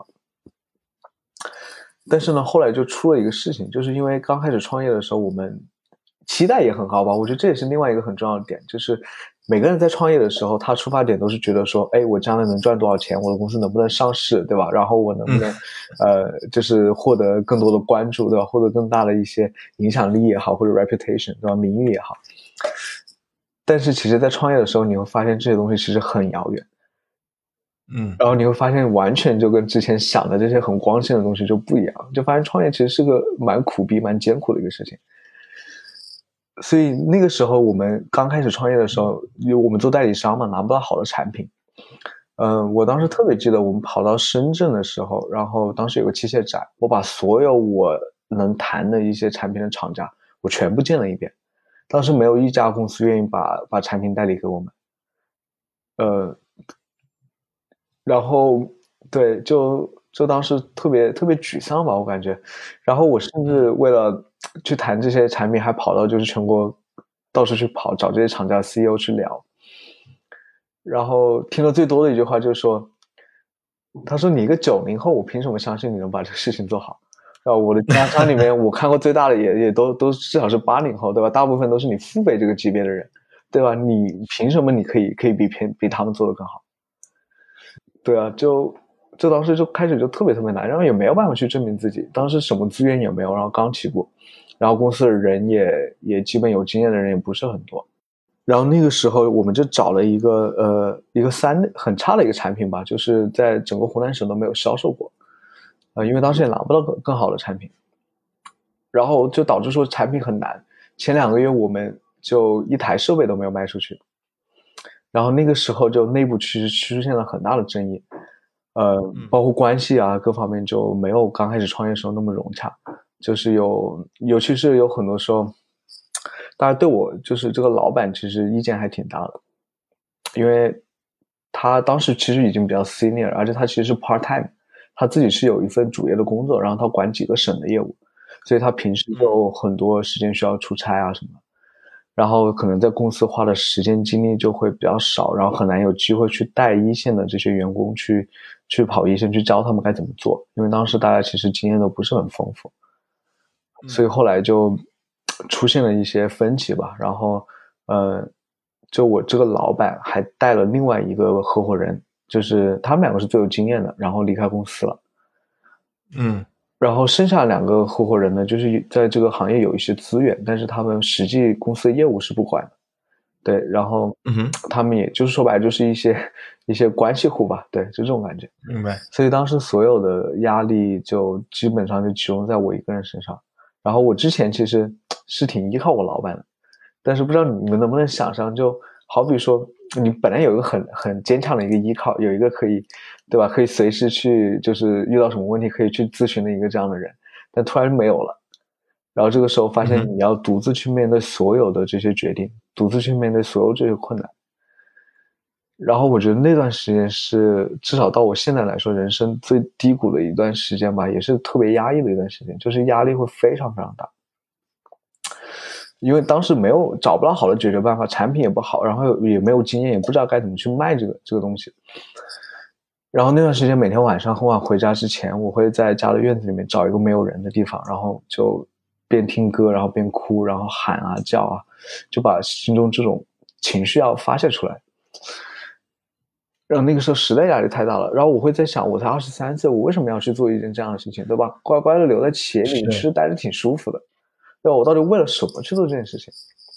但是呢后来就出了一个事情，就是因为刚开始创业的时候我们期待也很高吧，我觉得这也是另外一个很重要的点，就是每个人在创业的时候他出发点都是觉得说，哎，我将来能赚多少钱，我的公司能不能上市，对吧？然后我能不能、嗯、呃，就是获得更多的关注，对吧？获得更大的一些影响力也好，或者 reputation， 对吧？名誉也好。但是其实在创业的时候你会发现这些东西其实很遥远， 嗯， 然后你会发现完全就跟之前想的这些很光鲜的东西就不一样，就发现创业其实是个蛮苦逼蛮艰苦的一个事情。所以那个时候我们刚开始创业的时候，因为我们做代理商嘛，拿不到好的产品。嗯，我当时特别记得我们跑到深圳的时候，然后当时有个器械展，我把所有我能谈的一些产品的厂家我全部见了一遍，当时没有一家公司愿意把把产品代理给我们。呃然后对，就就当时特别特别沮丧吧，我感觉。然后我甚至为了去谈这些产品，还跑到就是全国到处去跑，找这些厂家 C E O 去聊。然后听了最多的一句话就是说，他说你一个九零后，我凭什么相信你能把这个事情做好？然后我的家乡里面，我看过最大的也也都都至少是八零后，对吧？大部分都是你父辈这个级别的人，对吧？你凭什么你可以可以比偏比他们做得更好？对啊，就就当时就开始就特别特别难，然后也没有办法去证明自己，当时什么资源也没有，然后刚起步，然后公司的人也也基本有经验的人也不是很多，然后那个时候我们就找了一个呃一个三很差的一个产品吧，就是在整个湖南省都没有销售过，呃，因为当时也拿不到更更好的产品，然后就导致说产品很难，前两个月我们就一台设备都没有卖出去。然后那个时候就内部其实出现了很大的争议， 呃，包括关系啊各方面就没有刚开始创业时候那么融洽，就是有，尤其是有很多时候，大家对我就是这个老板其实意见还挺大的，因为他当时其实已经比较 senior， 而且他其实是 part time， 他自己是有一份主业的工作，然后他管几个省的业务，所以他平时就很多时间需要出差啊什么的，然后可能在公司花的时间精力就会比较少，然后很难有机会去带一线的这些员工去去跑一线，去教他们该怎么做，因为当时大家其实经验都不是很丰富，所以后来就出现了一些分歧吧，然后呃，就我这个老板还带了另外一个合伙人，就是他们两个是最有经验的，然后离开公司了， 嗯， 然后剩下两个合伙人呢，就是在这个行业有一些资源，但是他们实际公司的业务是不管的，对，然后嗯哼， 他们也就是说白了就是一些一些关系户吧，对，就这种感觉。 明白。 所以当时所有的压力就基本上就集中在我一个人身上。然后我之前其实是挺依靠我老板的，但是不知道你们能不能想象，就好比说你本来有一个很很坚强的一个依靠，有一个可以，对吧？可以随时去就是遇到什么问题可以去咨询的一个这样的人，但突然没有了。然后这个时候发现你要独自去面对所有的这些决定，独自去面对所有这些困难。然后我觉得那段时间是至少到我现在来说人生最低谷的一段时间吧，也是特别压抑的一段时间，就是压力会非常非常大，因为当时没有找不到好的解决办法，产品也不好，然后也没有经验，也不知道该怎么去卖这个这个东西。然后那段时间每天晚上很晚回家之前，我会在家的院子里面找一个没有人的地方，然后就边听歌然后边哭，然后喊啊叫啊，就把心中这种情绪要发泄出来。然后那个时候实在压力太大了，然后我会在想，我才二十三岁，我为什么要去做一件这样的事情，对吧？乖乖的留在企业里其实待着挺舒服的，对吧？我到底为了什么去做这件事情？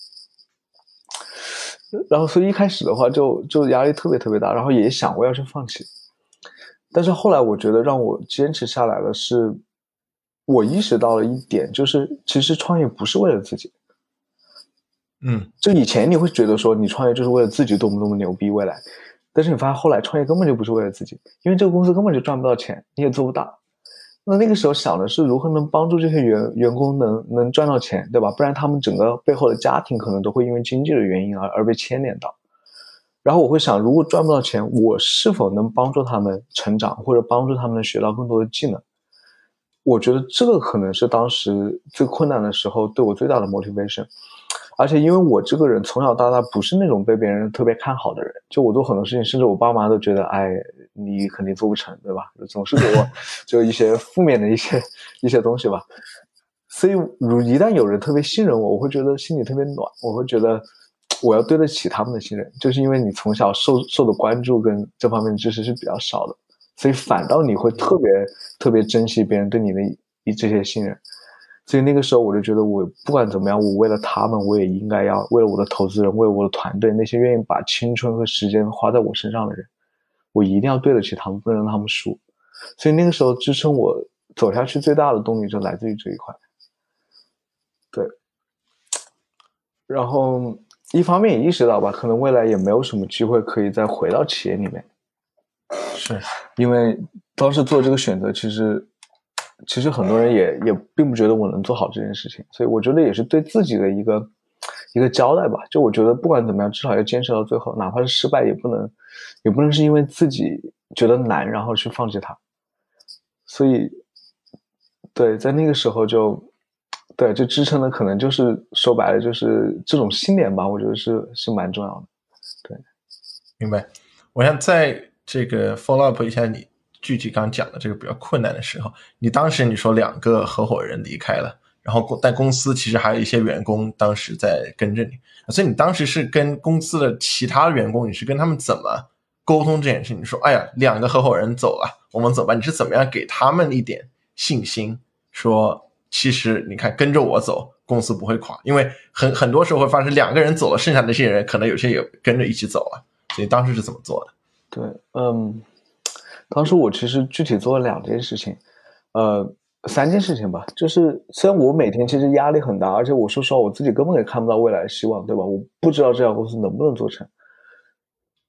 然后所以一开始的话就就压力特别特别大，然后也想过要去放弃，但是后来我觉得让我坚持下来的是，我意识到了一点，就是其实创业不是为了自己。 嗯， 就以前你会觉得说你创业就是为了自己多么多么牛逼未来，但是你发现后来创业根本就不是为了自己，因为这个公司根本就赚不到钱，你也做不大。那那个时候想的是如何能帮助这些员员工能能赚到钱，对吧？不然他们整个背后的家庭可能都会因为经济的原因而而被牵连到。然后我会想，如果赚不到钱，我是否能帮助他们成长，或者帮助他们学到更多的技能？我觉得这个可能是当时最困难的时候对我最大的 motivation。而且因为我这个人从小到大不是那种被别人特别看好的人，就我做很多事情，甚至我爸妈都觉得，哎，你肯定做不成，对吧？总是给我就一些负面的一些一些东西吧。所以如一旦有人特别信任我，我会觉得心里特别暖，我会觉得我要对得起他们的信任，就是因为你从小受受的关注跟这方面的知识是比较少的，所以反倒你会特别特别珍惜别人对你的这些信任。所以那个时候我就觉得，我不管怎么样，我为了他们，我也应该要为了我的投资人，为了我的团队，那些愿意把青春和时间花在我身上的人，我一定要对得起他们，不能让他们输。所以那个时候支撑我走下去最大的动力就来自于这一块。对，然后一方面也意识到吧，可能未来也没有什么机会可以再回到企业里面， 是因为当时做这个选择，其实其实很多人也也并不觉得我能做好这件事情，所以我觉得也是对自己的一个一个交代吧。就我觉得不管怎么样，至少要坚持到最后，哪怕是失败，也不能也不能是因为自己觉得难然后去放弃它。所以对，在那个时候就对，就支撑的可能就是说白了就是这种信念吧，我觉得是是蛮重要的。对， 明白。我想在这个 follow up 一下你具体刚讲的这个比较困难的时候，你当时你说两个合伙人离开了，然后但公司其实还有一些员工当时在跟着你，所以你当时是跟公司的其他员工，你是跟他们怎么沟通这件事情？你说哎呀，两个合伙人走了，我们走吧，你是怎么样给他们一点信心，说其实你看跟着我走公司不会垮？因为很很多时候会发生两个人走了，剩下的这些人可能有些也跟着一起走了，所以当时是怎么做的？ 对，嗯，当时我其实具体做了两件事情，呃，三件事情吧。就是虽然我每天其实压力很大，而且我说实话，我自己根本也看不到未来的希望，对吧？我不知道这家公司能不能做成。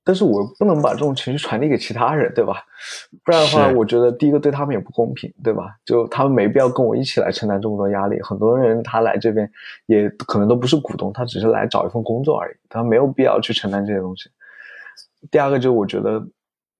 但是我不能把这种情绪传递给其他人，对吧？不然的话，我觉得第一个对他们也不公平，对吧？就他们没必要跟我一起来承担这么多压力。很多人他来这边也可能都不是股东，他只是来找一份工作而已，他没有必要去承担这些东西。第二个就是我觉得，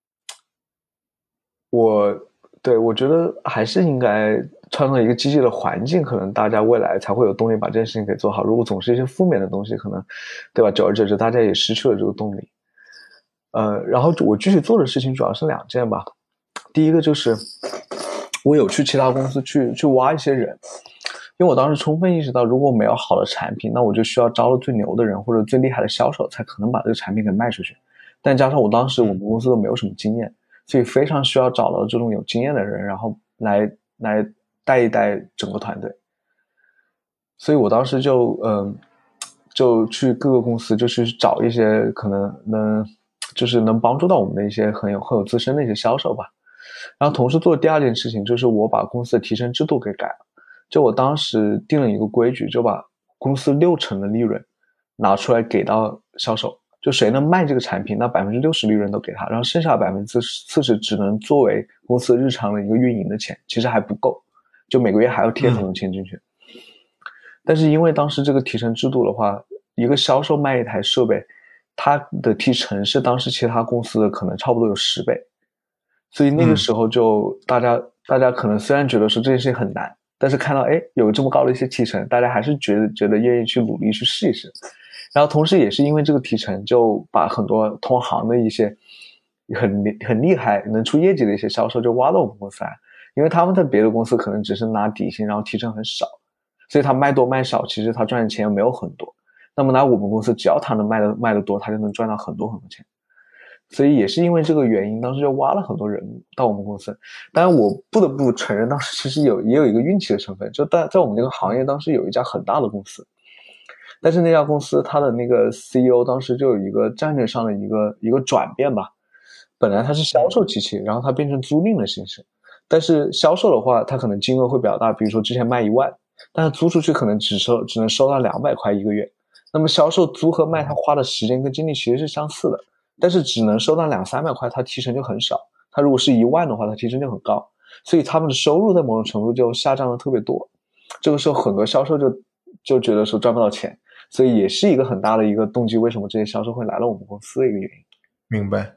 我对我觉得还是应该创造一个积极的环境，可能大家未来才会有动力把这件事情给做好。如果总是一些负面的东西，可能对吧？久而久之，大家也失去了这个动力。呃，然后我具体做的事情主要是两件吧。第一个就是我有去其他公司去去挖一些人，因为我当时充分意识到，如果没有好的产品，那我就需要招了最牛的人或者最厉害的销售，才可能把这个产品给卖出去。但加上我当时我们公司都没有什么经验，所以非常需要找到这种有经验的人，然后来来带一带整个团队。所以我当时就嗯、呃，就去各个公司，就去找一些可能能。就是能帮助到我们的一些很有很有资深的一些销售吧。然后同时做的第二件事情就是我把公司的提成制度给改了。就我当时定了一个规矩，就把公司六成的利润拿出来给到销售，就谁能卖这个产品，那百分之六十利润都给他，然后剩下百分之四十只能作为公司日常的一个运营的钱，其实还不够，就每个月还要贴很多钱进去。嗯、但是因为当时这个提成制度的话，一个销售卖一台设备，它的提成是当时其他公司的可能差不多有十倍，所以那个时候就大家、嗯、大家可能虽然觉得说这件事情很难，但是看到哎有这么高的一些提成，大家还是觉得觉得愿意去努力去试一试。然后同时也是因为这个提成，就把很多同行的一些很很厉害能出业绩的一些销售就挖到我们公司来，因为他们在别的公司可能只是拿底薪，然后提成很少，所以他卖多卖少，其实他赚的钱又没有很多。那么来我们公司，只要他能卖的卖的多，他就能赚到很多很多钱。所以也是因为这个原因，当时就挖了很多人到我们公司。当然我不得不承认，当时其实有也有一个运气的成分，就在在我们这个行业，当时有一家很大的公司，但是那家公司它的那个 C E O 当时就有一个战略上的一个一个转变吧。本来它是销售机器，然后它变成租赁的形式。但是销售的话，它可能金额会比较大，比如说之前卖一万，但是租出去可能只收只能收到两百块一个月。那么销售租和卖，它花的时间跟精力其实是相似的，但是只能收到两三百块，它提成就很少。它如果是一万的话，它提成就很高，所以他们的收入在某种程度就下降的特别多。这个时候很多销售就就觉得说赚不到钱，所以也是一个很大的一个动机，为什么这些销售会来到我们公司的一个原因。 明白。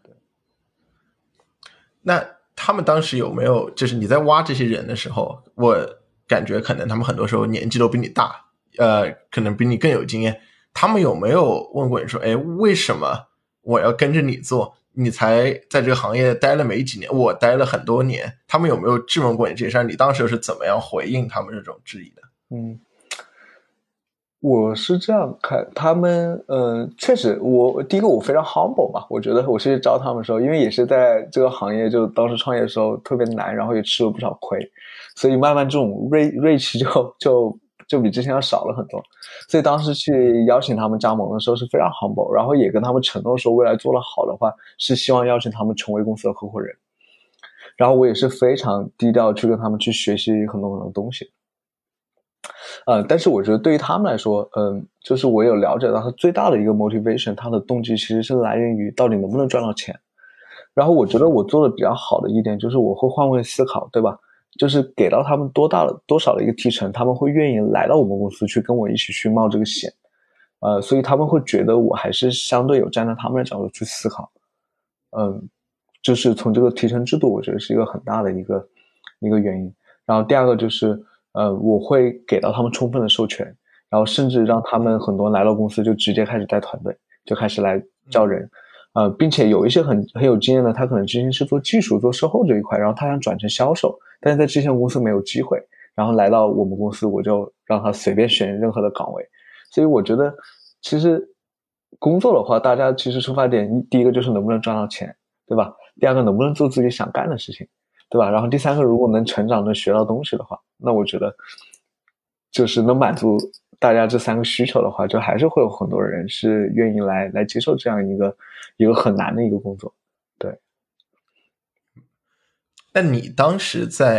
那他们当时有没有，就是你在挖这些人的时候，我感觉可能他们很多时候年纪都比你大，呃，可能比你更有经验。他们有没有问过你说，哎，为什么我要跟着你做？你才在这个行业待了没几年，我待了很多年。他们有没有质问过你这些事？你当时是怎么样回应他们这种质疑的？ 嗯，我是这样看，他们，嗯，确实，我第一个我非常 humble 吧，我觉得我去招他们的时候，因为也是在这个行业，就当时创业的时候特别难，然后也吃了不少亏，所以慢慢这种锐锐气就就就比之前要少了很多。所以当时去邀请他们加盟的时候是非常 humble， 然后也跟他们承诺说，未来做得好的话，是希望邀请他们成为公司的合伙人。然后我也是非常低调去跟他们去学习很多很多东西。呃，但是我觉得对于他们来说，嗯、呃，就是我有了解到他最大的一个 motivation， 他的动机其实是来源于到底能不能赚到钱。然后我觉得我做的比较好的一点就是我会换位思考，对吧？就是给到他们多大的多少的一个提成，他们会愿意来到我们公司去跟我一起去冒这个险。呃，所以他们会觉得我还是相对有站在他们的角度去思考。嗯、呃，就是从这个提成制度，我觉得是一个很大的一个一个原因。然后第二个就是呃，我会给到他们充分的授权，然后甚至让他们很多来到公司就直接开始带团队，就开始来招人。呃，并且有一些很很有经验的，他可能之前是做技术、做售后这一块，然后他想转成销售，但是在之前公司没有机会，然后来到我们公司，我就让他随便选任何的岗位。所以我觉得，其实工作的话，大家其实出发点，第一个就是能不能赚到钱，对吧？第二个能不能做自己想干的事情，对吧？然后第三个，如果能成长、能学到东西的话，那我觉得就是能满足大家这三个需求的话，就还是会有很多人是愿意来来接受这样一个一个很难的一个工作。对。 那你当时在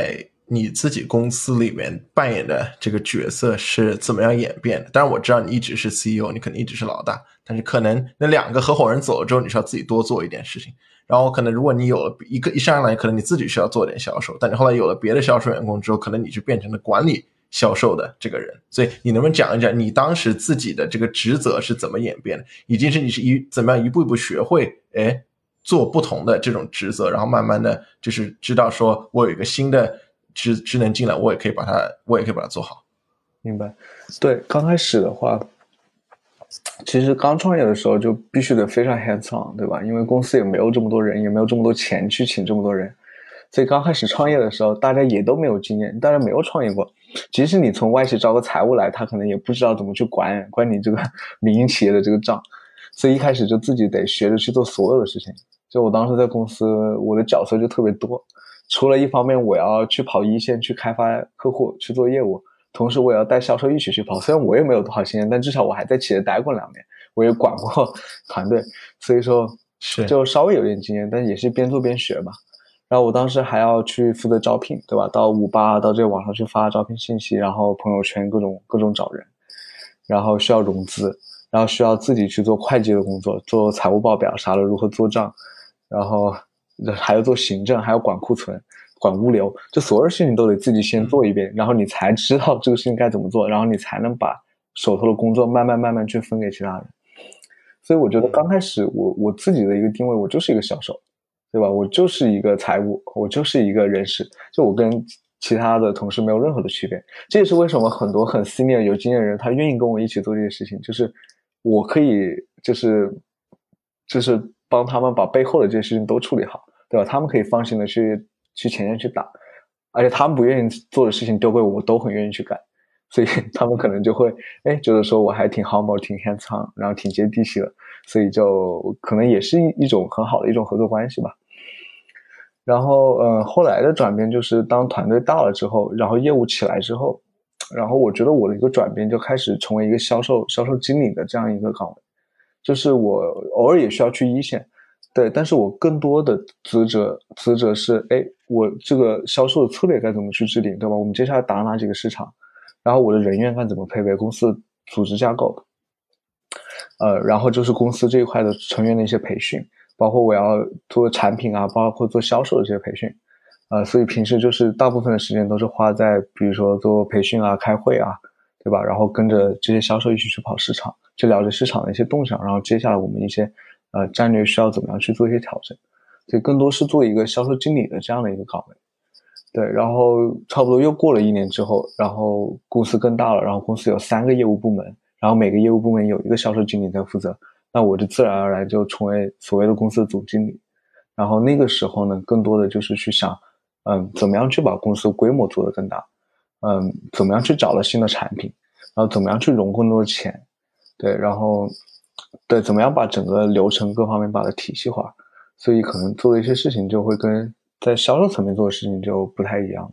你自己公司里面扮演的这个角色是怎么样演变的？当然我知道你一直是 C E O， 你肯定一直是老大，但是可能那两个合伙人走了之后，你需要自己多做一点事情。然后可能如果你有了一个一上来，可能你自己需要做点销售，但你后来有了别的销售员工之后，可能你就变成了管理销售的这个人。所以你能不能讲一讲你当时自己的这个职责是怎么演变的，以及是你是一怎么样一步一步学会哎做不同的这种职责，然后慢慢的就是知道说我有一个新的职职能进来，我也可以把它我也可以把它做好。 明白。对，刚开始的话，其实刚创业的时候就必须得非常 hands on， 对吧？因为公司也没有这么多人，也没有这么多钱去请这么多人，所以刚开始创业的时候，大家也都没有经验，大家没有创业过。即使你从外企招个财务来，他可能也不知道怎么去管管你这个民营企业的这个账，所以一开始就自己得学着去做所有的事情。就我当时在公司，我的角色就特别多，除了一方面我要去跑一线去开发客户去做业务，同时我也要带销售一起去跑。虽然我也没有多少经验，但至少我还在企业待过两年，我也管过团队，所以说就稍微有点经验，但也是边做边学吧。然后我当时还要去负责招聘，对吧？到五八到这个网上去发招聘信息，然后朋友圈各种各种找人，然后需要融资，然后需要自己去做会计的工作，做财务报表啥的，如何做账，然后还要做行政，还要管库存，管物流，这所有事情都得自己先做一遍，然后你才知道这个事情该怎么做，然后你才能把手头的工作慢慢慢慢去分给其他人。所以我觉得刚开始我我自己的一个定位，我就是一个销售，对吧？我就是一个财务，我就是一个人事，就我跟其他的同事没有任何的区别。这也是为什么很多很 senior 有经验的人，他愿意跟我一起做这些事情，就是我可以就是就是帮他们把背后的这些事情都处理好，对吧？他们可以放心的去去前线去打，而且他们不愿意做的事情丢给我，我都很愿意去干。所以他们可能就会哎觉得说我还挺 humble 挺 hands on， 然后挺接地气的，所以就可能也是一种很好的一种合作关系吧。然后呃后来的转变就是当团队大了之后，然后业务起来之后，然后我觉得我的一个转变就开始成为一个销售销售经理的这样一个岗位，就是我偶尔也需要去一线，对，但是我更多的职责职责是哎我这个销售的策略该怎么去制定，对吧？我们接下来打哪几个市场，然后我的人员该怎么配备，公司组织架构，呃，然后就是公司这一块的成员的一些培训，包括我要做产品啊，包括做销售的这些培训，呃，所以平时就是大部分的时间都是花在比如说做培训啊、开会啊，对吧？然后跟着这些销售一起去跑市场，去了解市场的一些动向，然后接下来我们一些呃战略需要怎么样去做一些调整，所以更多是做一个销售经理的这样的一个岗位。对，然后差不多又过了一年之后，然后公司更大了，然后公司有三个业务部门，然后每个业务部门有一个销售经理在负责，那我就自然而然就成为所谓的公司的总经理。然后那个时候呢，更多的就是去想，嗯，怎么样去把公司规模做得更大，嗯，怎么样去找到新的产品，然后怎么样去融更多的钱，对，然后对，怎么样把整个流程各方面把它体系化，所以可能做的一些事情就会跟在销售层面做的事情就不太一样。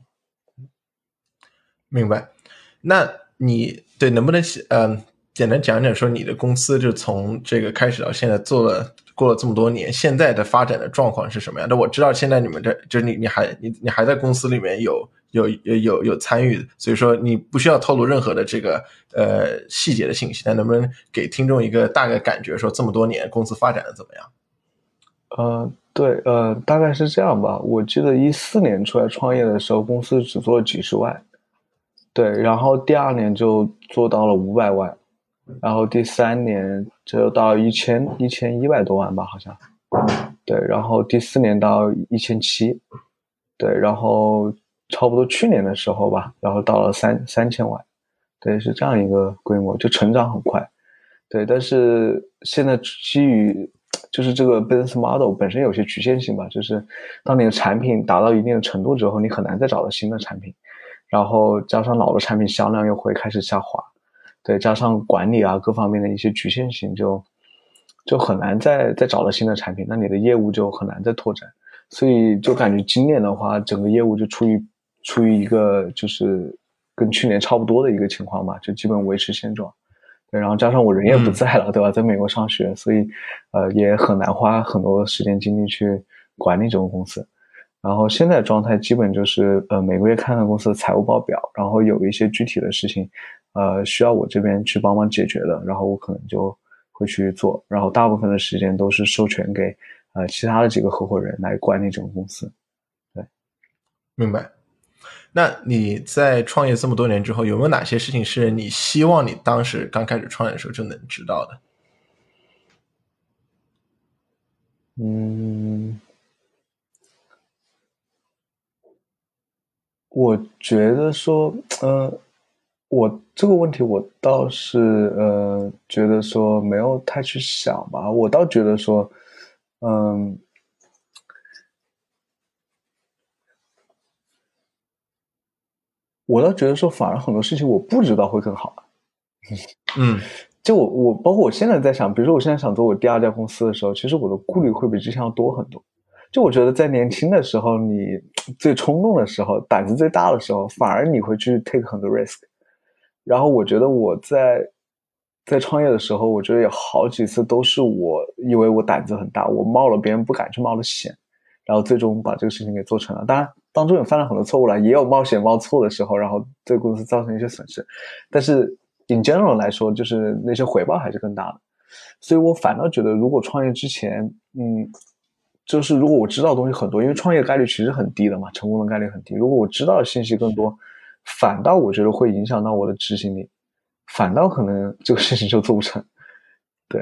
明白。那你对能不能嗯、呃、简单讲讲说你的公司就从这个开始到现在做了过了这么多年，现在的发展的状况是什么样的？我知道现在你们这就是你你还你你还在公司里面有有有有有参与，所以说你不需要透露任何的这个呃细节的信息，但能不能给听众一个大概感觉，说这么多年公司发展的怎么样？ 呃，对，呃，大概是这样吧。我记得一四年出来创业的时候，公司只做了几十万，对，然后第二年就做到了五百万，然后第三年就到一千一千一百多万吧，好像，对，然后第四年到一千七，对，然后差不多去年的时候吧，然后到了三三千万，对，是这样一个规模，就成长很快，对，但是现在基于就是这个 business model 本身有些局限性吧，就是当你的产品达到一定的程度之后，你很难再找到新的产品，然后加上老的产品销量又会开始下滑，对，加上管理啊各方面的一些局限性就，就很难再再找到新的产品，那你的业务就很难再拓展，所以就感觉今年的话，整个业务就处于处于一个就是跟去年差不多的一个情况吧，就基本维持现状。对，然后加上我人也不在了，嗯、对吧？在美国上学，所以呃也很难花很多时间精力去管理这种公司。 然后现在状态基本就是呃每个月看看公司的财务报表，然后有一些具体的事情呃需要我这边去帮忙解决的，然后我可能就会去做，然后大部分的时间都是授权给呃其他的几个合伙人来管理整个公司。对， 明白。那你在创业这么多年之后，有没有哪些事情是你希望你当时刚开始创业的时候就能知道的？ 嗯，我觉得说，呃，我这个问题我倒是呃觉得说没有太去想吧，我倒觉得说，嗯，我倒觉得说反而很多事情我不知道会更好。 嗯， 就我我包括我现在在想，比如说我现在想做我第二家公司的时候，其实我的顾虑会比之前要多很多。就我觉得在年轻的时候，你最冲动的时候，胆子最大的时候，反而你会去 take 很多 risk。然后我觉得我在在创业的时候，我觉得有好几次都是我以为我胆子很大，我冒了别人不敢去冒的险，然后最终把这个事情给做成了。当然当中也犯了很多错误了，也有冒险冒错的时候，然后对公司造成一些损失。但是 in general 来说，就是那些回报还是更大的。所以我反倒觉得，如果创业之前，嗯，就是如果我知道的东西很多，因为创业概率其实很低的嘛，成功的概率很低。如果我知道的信息更多，反倒我觉得会影响到我的执行力，反倒可能这个事情就做不成。对，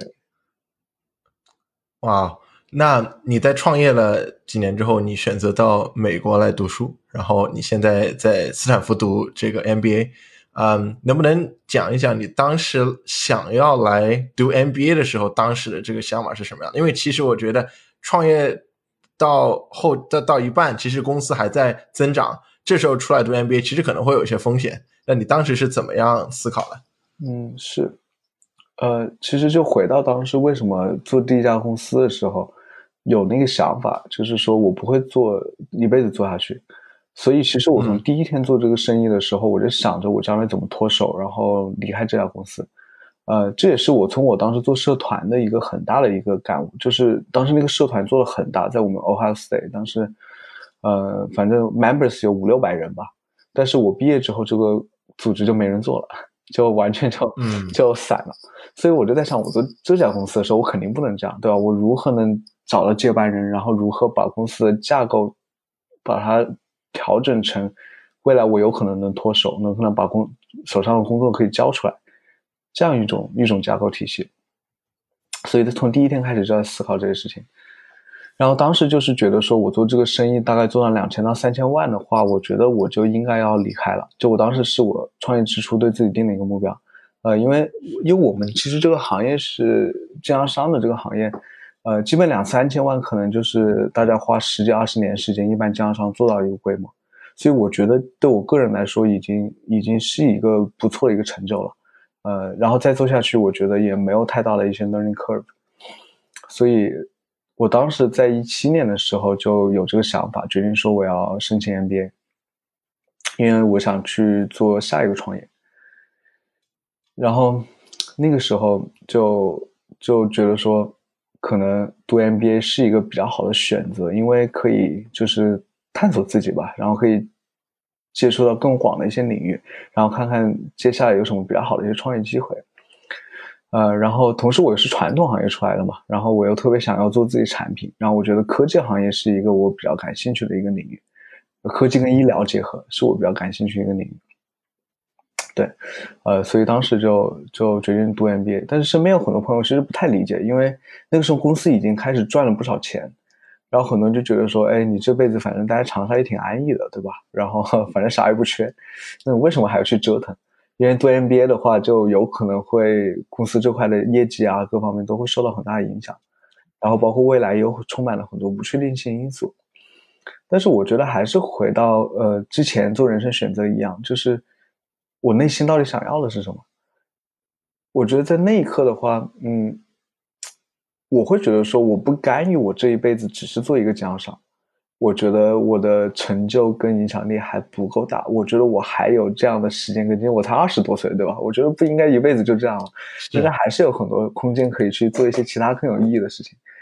哇，那你在创业了几年之后，你选择到美国来读书，然后你现在在斯坦福读这个 M B A， 嗯，能不能讲一讲你当时想要来读 M B A 的时候，当时的这个想法是什么样的？因为其实我觉得创业到后到到一半，其实公司还在增长，这时候出来读 M B A， 其实可能会有一些风险。那你当时是怎么样思考的？ 嗯，是。呃，其实就回到当时为什么做第一家公司的时候，有那个想法，就是说我不会做一辈子做下去。所以其实我从嗯第一天做这个生意的时候，我就想着我将来怎么脱手，然后离开这家公司。呃，这也是我从我当时做社团的一个很大的一个感悟，就是当时那个社团做了很大，在我们 Ohio State，当时呃，反正 members 有五六百人吧，但是我毕业之后，这个组织就没人做了，就完全就嗯就散了。所以我就在想，我做这家公司的时候，我肯定不能这样，对吧？我如何能找到接班人，然后如何把公司的架构把它调整成未来我有可能能脱手，能可能把工手上的工作可以交出来，这样一种一种架构体系。所以从第一天开始就在思考这个事情。然后当时就是觉得说，我做这个生意大概做到两千到三千万的话，我觉得我就应该要离开了。就我当时是我创业之初对自己定的一个目标，呃，因为因为我们其实这个行业是经销商的这个行业，呃，基本两三千万可能就是大家花十几二十年时间，一般经销商做到一个规模。所以我觉得对我个人来说，已经已经是一个不错的一个成就了。呃，然后再做下去，我觉得也没有太大的一些 learning curve。所以我当时在一七年的时候就有这个想法，决定说我要申请 M B A， 因为我想去做下一个创业。然后那个时候就就觉得说，可能读 M B A 是一个比较好的选择，因为可以就是探索自己吧，然后可以接触到更广的一些领域，然后看看接下来有什么比较好的一些创业机会。呃，然后同时我又是传统行业出来的嘛，然后我又特别想要做自己产品，然后我觉得科技行业是一个我比较感兴趣的一个领域，科技跟医疗结合是我比较感兴趣的一个领域。对，呃，所以当时就就决定读 M B A， 但是身边有很多朋友其实不太理解，因为那个时候公司已经开始赚了不少钱，然后很多人就觉得说，哎，你这辈子反正待在长沙也挺安逸的，对吧？然后反正啥也不缺，那为什么还要去折腾？因为读 M B A 的话，就有可能会公司这块的业绩啊，各方面都会受到很大的影响，然后包括未来又充满了很多不确定性因素。但是我觉得还是回到呃之前做人生选择一样，就是我内心到底想要的是什么？我觉得在那一刻的话，嗯，我会觉得说我不甘于我这一辈子只是做一个经销商，我觉得我的成就跟影响力还不够大，我觉得我还有这样的时间跟经验，我才二十多岁，对吧？我觉得不应该一辈子就这样了，应该还是有很多空间可以去做一些其他更有意义的事情。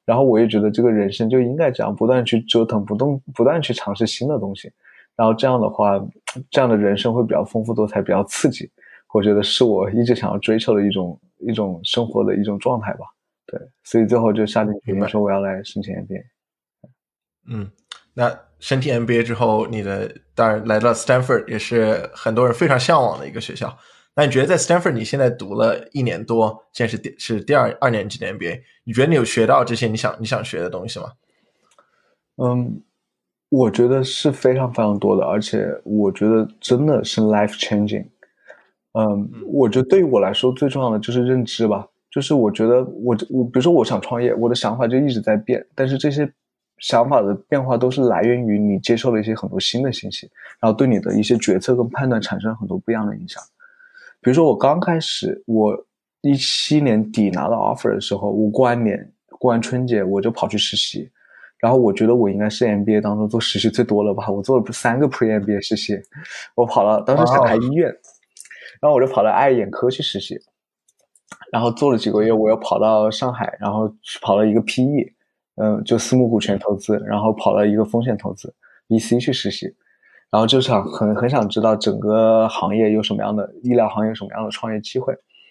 然后我也觉得这个人生就应该这样，不断去折腾，不断不断去尝试新的东西，然后这样的话，这样的人生会比较丰富多彩，比较刺激。我觉得是我一直想要追求的一种一种生活的一种状态吧。对，所以最后就下定决心说我要来申请 M B A。 嗯，那申请 M B A 之后，你的当然来到 Stanford 也是很多人非常向往的一个学校。那你觉得在 Stanford 你现在读了一年多，现在是第是第二二年级的 M B A， 你觉得你有学到这些你想你想学的东西吗？ 嗯，我觉得是非常非常多的，而且我觉得真的是 life changing。嗯，我觉得对于我来说最重要的就是认知吧，就是我觉得我我比如说我想创业，我的想法就一直在变，但是这些想法的变化都是来源于你接受了一些很多新的信息，然后对你的一些决策跟判断产生很多不一样的影响。比如说我刚开始，我一七年底拿到 offer 的时候，我过完年过完春节我就跑去实习，然后我觉得我应该是 M B A 当中做实习最多了吧，我做了三个 pre M B A 实习，我跑了当时想开医院，然后我就跑到爱眼科去实习，然后做了几个月，我又跑到上海，然后跑了一个 P E， 嗯，就私募股权投资，然后跑了一个风险投资 V C 去实习，然后就想很很想知道整个行业有什么样的医疗行业有什么样的创业机会。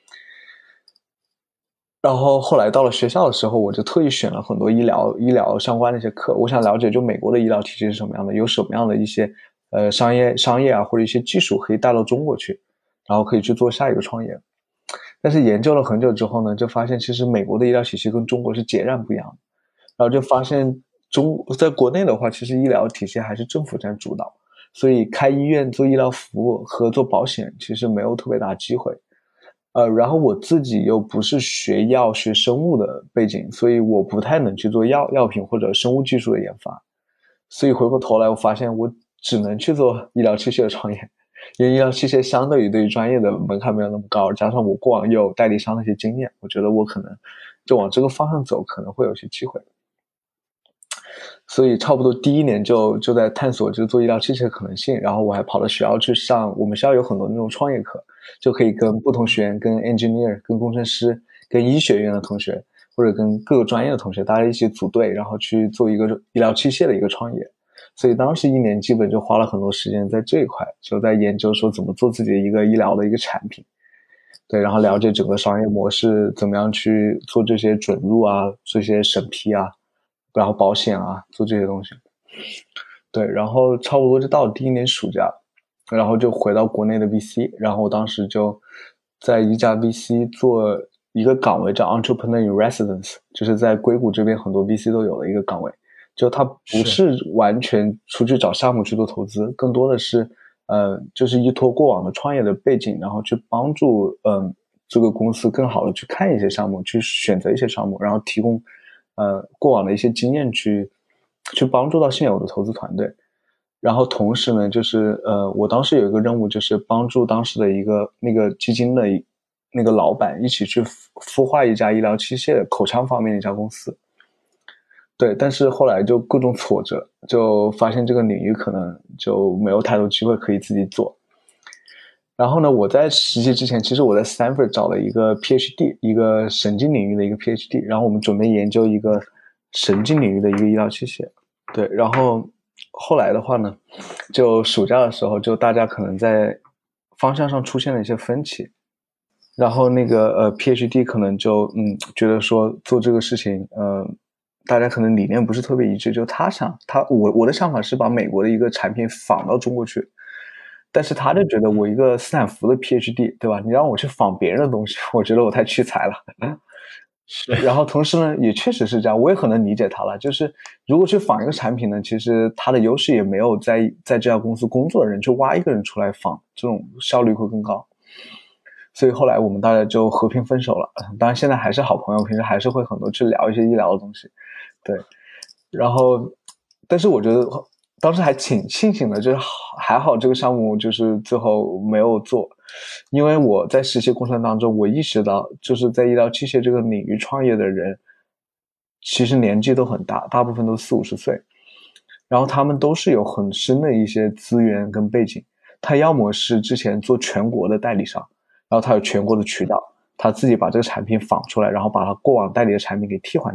然后后来到了学校的时候，我就特意选了很多医疗医疗相关的一些课，我想了解就美国的医疗体系是什么样的，有什么样的一些呃商业商业啊或者一些技术可以带到中国去，然后可以去做下一个创业。但是研究了很久之后呢，就发现其实美国的医疗体系跟中国是截然不一样的，然后就发现中在国内的话，其实医疗体系还是政府占主导，所以开医院做医疗服务和做保险其实没有特别大机会。呃，然后我自己又不是学药学生物的背景，所以我不太能去做药药品或者生物技术的研发，所以回过头来我发现我只能去做医疗器械的创业，因为医疗器械相对于对于专业的门槛没有那么高，加上我过往又有代理商的一些经验，我觉得我可能就往这个方向走可能会有些机会。所以差不多第一年就就在探索就做医疗器械的可能性，然后我还跑到学校去上，我们学校有很多那种创业课，就可以跟不同学员、跟 engineer、跟工程师、跟医学院的同学或者跟各个专业的同学大家一起组队，然后去做一个医疗器械的一个创业。所以当时一年基本就花了很多时间在这一块，就在研究说怎么做自己的一个医疗的一个产品，对，然后了解整个商业模式，怎么样去做这些准入啊，这些审批啊，然后保险啊，做这些东西。对，然后差不多就到了第一年暑假，然后就回到国内的 V C， 然后我当时就在一家 V C 做一个岗位叫 Entrepreneur in Residence， 就是在硅谷这边很多 V C 都有的一个岗位，就它不是完全出去找项目去做投资，更多的是呃，就是依托过往的创业的背景，然后去帮助嗯、呃、这个公司更好的去看一些项目，去选择一些项目，然后提供呃过往的一些经验去去帮助到现有的投资团队。然后同时呢，就是呃，我当时有一个任务，就是帮助当时的一个那个基金的那个老板一起去孵化一家医疗器械口腔方面的一家公司。对，但是后来就各种挫折，就发现这个领域可能就没有太多机会可以自己做。然后呢，我在实习之前，其实我在 Stanford 找了一个 PhD， 一个神经领域的一个 PhD， 然后我们准备研究一个神经领域的一个医疗器械。对，然后后来的话呢，就暑假的时候，就大家可能在方向上出现了一些分歧，然后那个呃 PhD 可能就嗯觉得说做这个事情，呃，大家可能理念不是特别一致，就他想他我我的想法是把美国的一个产品仿到中国去，但是他就觉得我一个斯坦福的 PhD， 对吧？你让我去仿别人的东西，我觉得我太屈才了。 是， 然后同时呢，也确实是这样，我也很能理解他了。就是如果去仿一个产品呢，其实它的优势也没有在在这家公司工作的人去挖一个人出来仿，这种效率会更高。所以后来我们大家就和平分手了。当然现在还是好朋友，平时还是会很多去聊一些医疗的东西。对，然后但是我觉得当时还挺庆幸的，就是还好这个项目就是最后没有做，因为我在实习过程当中，我意识到就是在医疗器械这个领域创业的人，其实年纪都很大，大部分都四五十岁，然后他们都是有很深的一些资源跟背景，他要么是之前做全国的代理商，然后他有全国的渠道，他自己把这个产品仿出来，然后把他过往代理的产品给替换掉，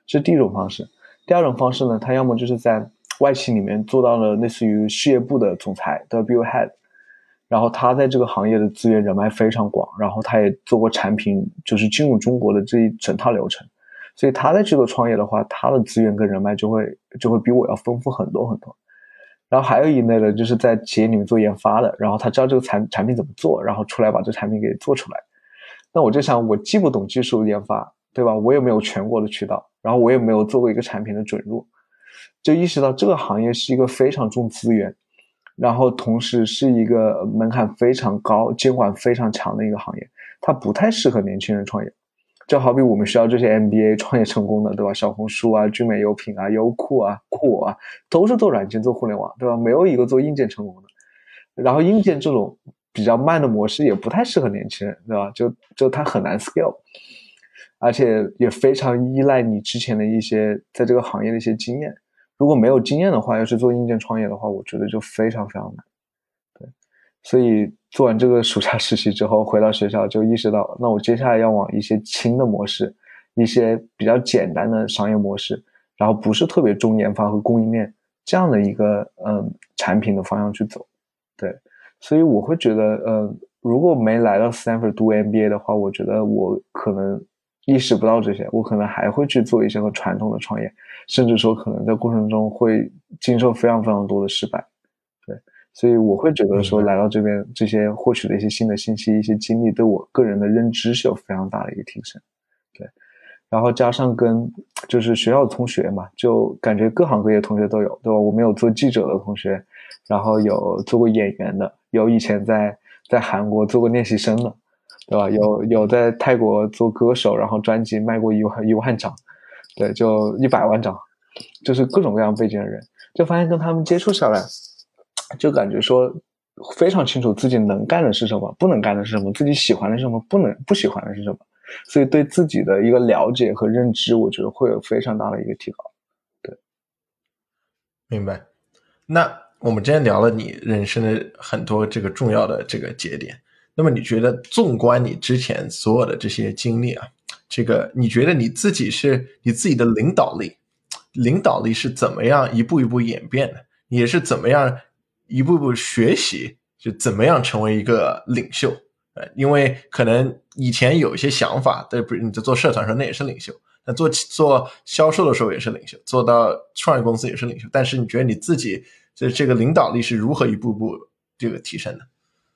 这是第一种方式。第二种方式呢，他要么就是在外企里面做到了类似于事业部的总裁 W Head， 然后他在这个行业的资源人脉非常广，然后他也做过产品就是进入中国的这一整套流程，所以他在这个创业的话，他的资源跟人脉就会就会比我要丰富很多很多。然后还有一类呢，就是在企业里面做研发的，然后他知道这个产产品怎么做，然后出来把这产品给做出来。那我就想，我既不懂技术研发，对吧？我也没有全国的渠道，然后我也没有做过一个产品的准入，就意识到这个行业是一个非常重资源，然后同时是一个门槛非常高、监管非常强的一个行业，它不太适合年轻人创业。就好比我们需要这些 M B A 创业成功的，对吧？小红书啊、聚美优品啊、优酷啊、酷我啊，都是做软件、做互联网，对吧？没有一个做硬件成功的。然后硬件这种比较慢的模式也不太适合年轻人，对吧？就就它很难 scale， 而且也非常依赖你之前的一些在这个行业的一些经验。如果没有经验的话，要是做硬件创业的话，我觉得就非常非常难。对，所以做完这个暑假实习之后，回到学校就意识到，那我接下来要往一些轻的模式，一些比较简单的商业模式，然后不是特别重研发和供应链这样的一个嗯产品的方向去走。对，所以我会觉得，呃，如果没来到 Stanford 读 M B A 的话，我觉得我可能意识不到这些，我可能还会去做一些和传统的创业，甚至说可能在过程中会经受非常非常多的失败。对，所以我会觉得说来到这边，这些获取的一些新的信息、一些经历，对我个人的认知是有非常大的一个提升。对，然后加上跟就是学校的同学嘛，就感觉各行各业同学都有，对吧？我们有做记者的同学，然后有做过演员的，有以前在在韩国做过练习生的，对吧？有有在泰国做歌手，然后专辑卖过一万一万张，对，就一百万张，就是各种各样背景的人，就发现跟他们接触下来，就感觉说非常清楚自己能干的是什么，不能干的是什么，自己喜欢的是什么，不能不喜欢的是什么，所以对自己的一个了解和认知，我觉得会有非常大的一个提高。对， 明白。那我们今天聊了你人生的很多这个重要的这个节点，那么你觉得纵观你之前所有的这些经历啊，这个你觉得你自己是你自己的领导力领导力是怎么样一步一步演变的，你也是怎么样一步步学习，就怎么样成为一个领袖。呃，因为可能以前有一些想法，对，比如你在做社团的时候那也是领袖，那做做销售的时候也是领袖，做到创业公司也是领袖，但是你觉得你自己这这个领导力是如何一步步这个提升的？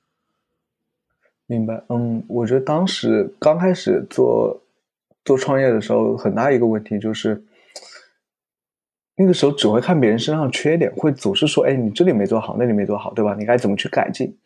明白。嗯，我觉得当时刚开始做做创业的时候，很大一个问题就是那个时候只会看别人身上的缺点，会总是说，哎，你这里没做好，那里没做好，对吧？你该怎么去改进？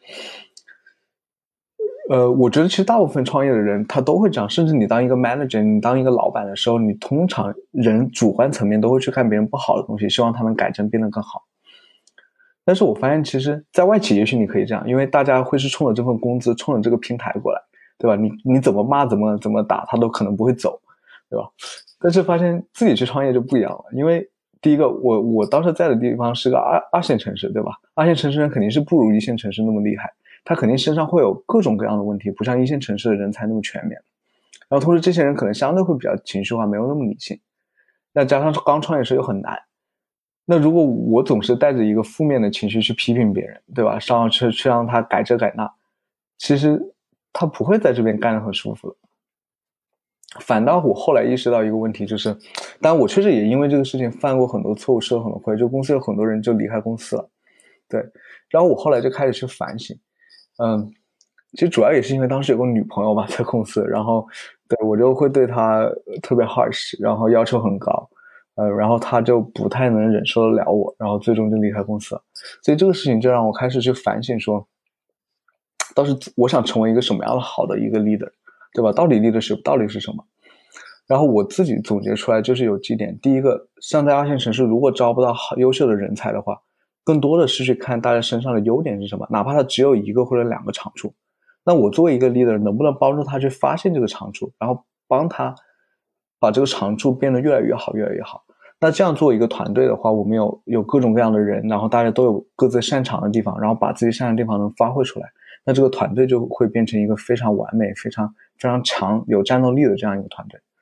呃，我觉得其实大部分创业的人他都会这样，甚至你当一个 manager， 你当一个老板的时候，你通常人主观层面都会去看别人不好的东西，希望他们改正变得更好。但是我发现其实在外企也许你可以这样，因为大家会是冲着这份工资，冲着这个平台过来，对吧？你你怎么骂怎么怎么打他都可能不会走，对吧？但是发现自己去创业就不一样了，因为第一个我我当时在的地方是个二二线城市，对吧？二线城市人肯定是不如一线城市那么厉害，他肯定身上会有各种各样的问题，不像一线城市的人才那么全面。然后同时这些人可能相对会比较情绪化，没有那么理性，那加上刚创业时又很难。那如果我总是带着一个负面的情绪去批评别人，对吧？上去去让他改这改那，其实他不会在这边干得很舒服的。反倒我后来意识到一个问题，就是当然我确实也因为这个事情犯过很多错误，吃了很多亏，就公司有很多人就离开公司了。对，然后我后来就开始去反省。嗯，其实主要也是因为当时有个女朋友嘛，在公司，然后对我就会对她特别 harsh， 然后要求很高。呃，然后他就不太能忍受得了我，然后最终就离开公司了。所以这个事情就让我开始去反省说，倒是我想成为一个什么样的好的一个 leader， 对吧？到底 leadership 到底是什么？然后我自己总结出来就是有几点。第一个，像在二线城市，如果招不到好优秀的人才的话，更多的是去看大家身上的优点是什么，哪怕他只有一个或者两个长处。那我作为一个 leader， 能不能帮助他去发现这个长处，然后帮他把这个长处变得越来越好越来越好。那这样做一个团队的话，我们有有各种各样的人，然后大家都有各自擅长的地方，然后把自己擅长的地方能发挥出来，那这个团队就会变成一个非常完美非常非常强有战斗力的这样一个团队。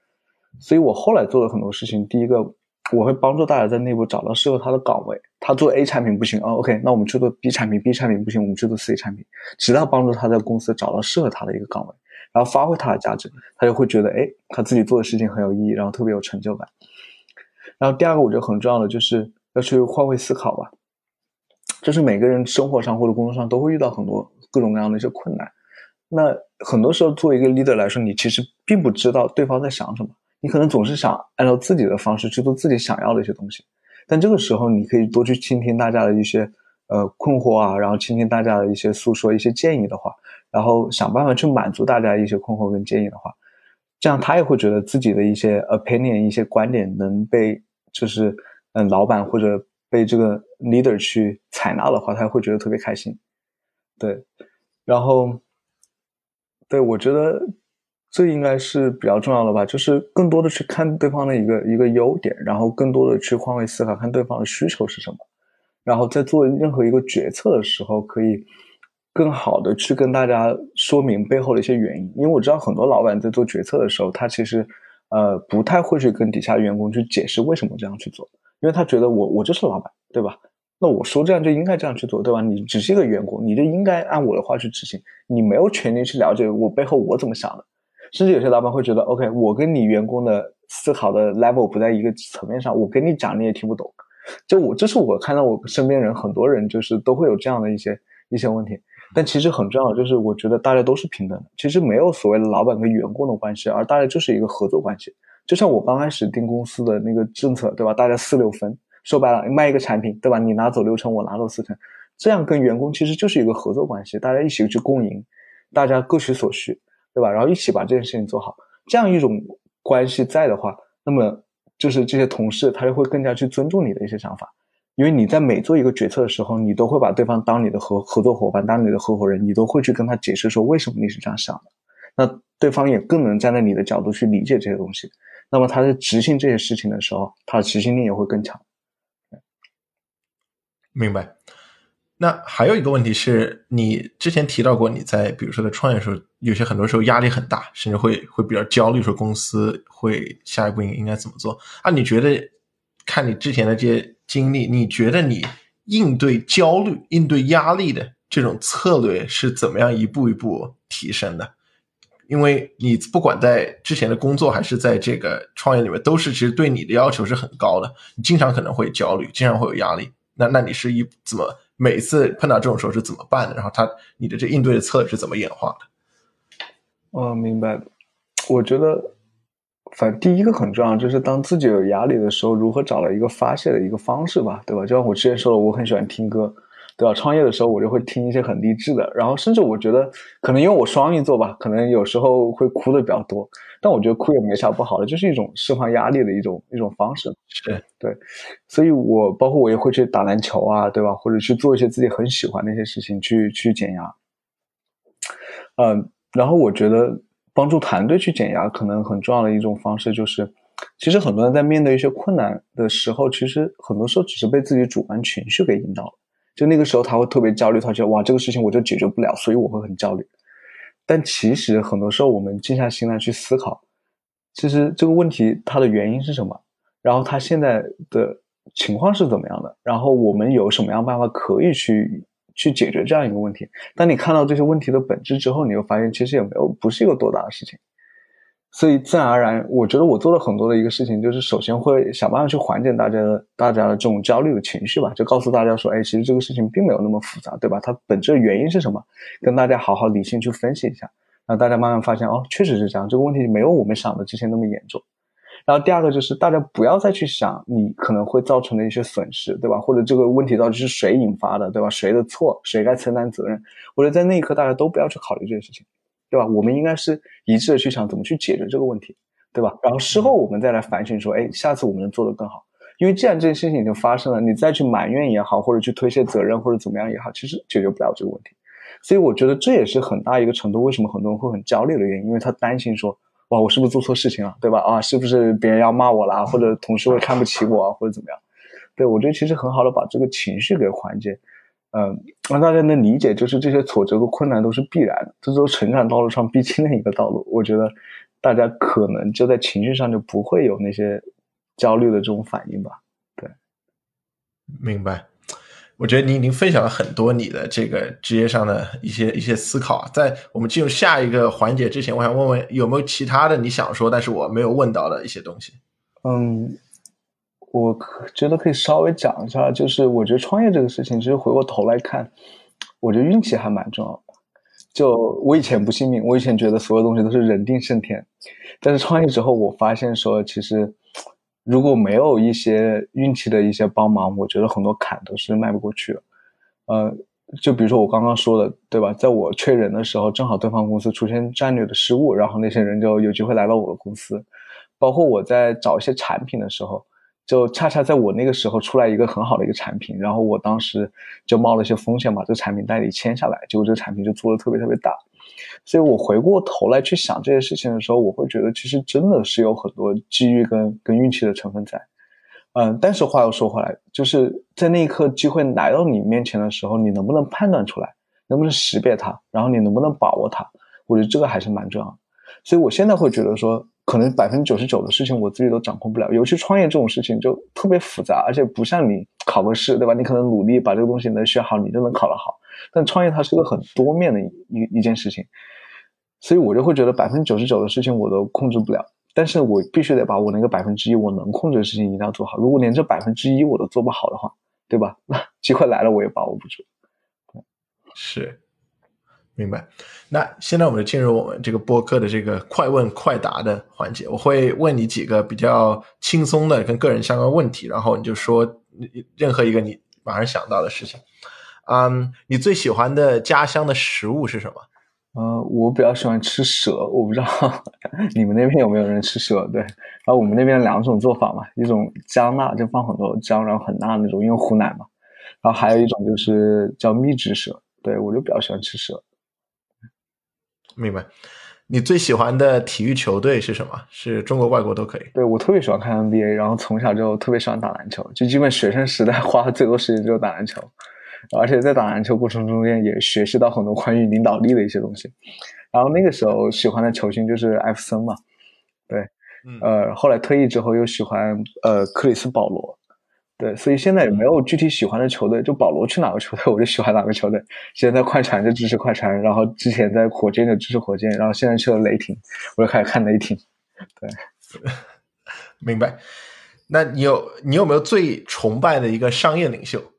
所以我后来做的很多事情，第一个我会帮助大家在内部找到适合他的岗位，他做 A 产品不行，哦 OK， 那我们去做 B 产品 ，B 产品不行，我们去做 C 产品，直到帮助他在公司找到适合他的一个岗位，然后发挥他的价值，他就会觉得，哎，他自己做的事情很有意义，然后特别有成就感。然后第二个我觉得很重要的就是要去换位思考吧，就是每个人生活上或者工作上都会遇到很多各种各样的一些困难，那很多时候作为一个 leader 来说，你其实并不知道对方在想什么，你可能总是想按照自己的方式去做自己想要的一些东西，但这个时候你可以多去倾听大家的一些呃困惑啊，然后倾听大家的一些诉说一些建议的话，然后想办法去满足大家一些困惑跟建议的话，这样他也会觉得自己的一些 opinion 一些观点能被就是嗯老板或者被这个 leader 去采纳的话，他会觉得特别开心。对，然后对，我觉得这应该是比较重要的吧，就是更多的去看对方的一个一个优点，然后更多的去换位思考，看对方的需求是什么，然后在做任何一个决策的时候，可以更好的去跟大家说明背后的一些原因。因为我知道很多老板在做决策的时候，他其实呃不太会去跟底下员工去解释为什么这样去做，因为他觉得我我就是老板，对吧？那我说这样就应该这样去做，对吧？你只是一个员工，你就应该按我的话去执行，你没有权利去了解我背后我怎么想的。甚至有些老板会觉得 OK， 我跟你员工的思考的 level 不在一个层面上，我跟你讲你也听不懂。就我这是我看到我身边人很多人就是都会有这样的一些一些问题。但其实很重要的就是我觉得大家都是平等的，其实没有所谓的老板跟员工的关系，而大家就是一个合作关系。就像我刚开始定公司的那个政策，对吧？大家四六分，说白了卖一个产品，对吧？你拿走六成，我拿走四成，这样跟员工其实就是一个合作关系，大家一起去共赢，大家各取所需，对吧？然后一起把这件事情做好，这样一种关系在的话，那么就是这些同事他就会更加去尊重你的一些想法，因为你在每做一个决策的时候，你都会把对方当你的合合作伙伴，当你的合伙人，你都会去跟他解释说为什么你是这样想的，那对方也更能站在你的角度去理解这些东西，那么他在执行这些事情的时候，他的执行力也会更强。 明白。那还有一个问题是，你之前提到过你在比如说在创业的时候，有些很多时候压力很大，甚至会会比较焦虑，说公司会下一步应应该怎么做啊？你觉得看你之前的这些经历，你觉得你应对焦虑、应对压力的这种策略是怎么样一步一步提升的？因为你不管在之前的工作还是在这个创业里面，都是其实对你的要求是很高的，你经常可能会焦虑，经常会有压力。那那你是一怎么每次碰到这种时候是怎么办的？然后他你的这应对的策略是怎么演化的？ 哦，明白。我觉得反正第一个很重要，就是当自己有压力的时候，如何找到一个发泄的一个方式吧，对吧？就像我之前说的，我很喜欢听歌，对吧？创业的时候我就会听一些很励志的，然后甚至我觉得可能因为我双鱼座吧，可能有时候会哭的比较多，但我觉得哭也没啥不好的，就是一种释放压力的一种一种方式。 是， 对，所以我包括我也会去打篮球啊，对吧？或者去做一些自己很喜欢的一些事情，去去减压。嗯，然后我觉得帮助团队去减压，可能很重要的一种方式就是，其实很多人在面对一些困难的时候，其实很多时候只是被自己主观情绪给引导了。就那个时候他会特别焦虑，他觉得哇这个事情我就解决不了，所以我会很焦虑。但其实很多时候我们静下心来去思考，其实这个问题它的原因是什么，然后它现在的情况是怎么样的，然后我们有什么样办法可以去去解决这样一个问题。当你看到这些问题的本质之后，你会发现其实也没有不是一个多大的事情。所以自然而然，我觉得我做了很多的一个事情，就是首先会想办法去缓解大家的大家的这种焦虑的情绪吧，就告诉大家说，哎，其实这个事情并没有那么复杂，对吧？它本质的原因是什么？跟大家好好理性去分析一下，让大家慢慢发现，哦，确实是这样，这个问题没有我们想的之前那么严重。然后第二个就是大家不要再去想你可能会造成的一些损失，对吧？或者这个问题到底是谁引发的，对吧？谁的错，谁该承担责任？我觉得在那一刻大家都不要去考虑这些事情，对吧？我们应该是一致的去想怎么去解决这个问题，对吧？然后事后我们再来反省说，哎，下次我们能做得更好。因为既然这件事情已经发生了，你再去埋怨也好，或者去推卸责任或者怎么样也好，其实解决不了这个问题。所以我觉得这也是很大一个程度为什么很多人会很焦虑的原因，因为他担心说，哇，我是不是做错事情了，对吧？啊，是不是别人要骂我啦，或者同事会看不起我啊，或者怎么样？对，我觉得其实很好的把这个情绪给缓解，嗯，让大家能理解，就是这些挫折和困难都是必然的，这都是成长道路上必经的一个道路。我觉得大家可能就在情绪上就不会有那些焦虑的这种反应吧。对， 明白。我觉得你已经分享了很多你的这个职业上的一些一些思考。在我们进入下一个环节之前，我想问问有没有其他的你想说但是我没有问到的一些东西。 嗯，我觉得可以稍微讲一下，就是我觉得创业这个事情，其实回过头来看，我觉得运气还蛮重要的。就我以前不信命，我以前觉得所有东西都是人定胜天，但是创业之后，我发现说，其实如果没有一些运气的一些帮忙，我觉得很多坎都是迈不过去的。呃，就比如说我刚刚说的，对吧？在我缺人的时候，正好对方公司出现战略的失误，然后那些人就有机会来到我的公司。包括我在找一些产品的时候，就恰恰在我那个时候出来一个很好的一个产品，然后我当时就冒了一些风险把这个产品代理签下来，结果这个产品就做得特别特别大。所以我回过头来去想这些事情的时候，我会觉得其实真的是有很多机遇跟跟运气的成分在。嗯，但是话又说回来，就是在那一刻机会来到你面前的时候，你能不能判断出来，能不能识别它，然后你能不能把握它，我觉得这个还是蛮重要的。所以我现在会觉得说，可能 百分之九十九 的事情我自己都掌控不了，尤其创业这种事情就特别复杂，而且不像你考个试，对吧？你可能努力把这个东西能学好，你就能考得好。但创业它是个很多面的一一件事情，所以我就会觉得 百分之九十九 的事情我都控制不了，但是我必须得把我那个百分之一我能控制的事情一定要做好。如果连这百分之一我都做不好的话，对吧？机会来了我也把握不住。 是，明白。那现在我们就进入我们这个播客的这个快问快答的环节，我会问你几个比较轻松的跟个人相关的问题，然后你就说任何一个你马上想到的事情。嗯，你最喜欢的家乡的食物是什么？ 呃，我比较喜欢吃蛇，我不知道你们那边有没有人吃蛇？对，然后我们那边两种做法嘛，一种姜辣，就放很多姜，然后很辣那种，因为湖南嘛，然后还有一种就是叫秘制蛇，对，我就比较喜欢吃蛇。 明白。你最喜欢的体育球队是什么？是中国外国都可以。 对，我特别喜欢看 N B A， 然后从小就特别喜欢打篮球，就基本学生时代花的最多时间就是打篮球，而且在打篮球过程中间也学习到很多关于领导力的一些东西。然后那个时候喜欢的球星就是艾弗森嘛，对，呃，后来退役之后又喜欢呃克里斯保罗，对，所以现在也没有具体喜欢的球队，就保罗去哪个球队我就喜欢哪个球队。现在在快船就支持快船，然后之前在火箭就支持火箭，然后现在去了雷霆，我就开始看雷霆。对， 明白。那你有你有没有最崇拜的一个商业领袖？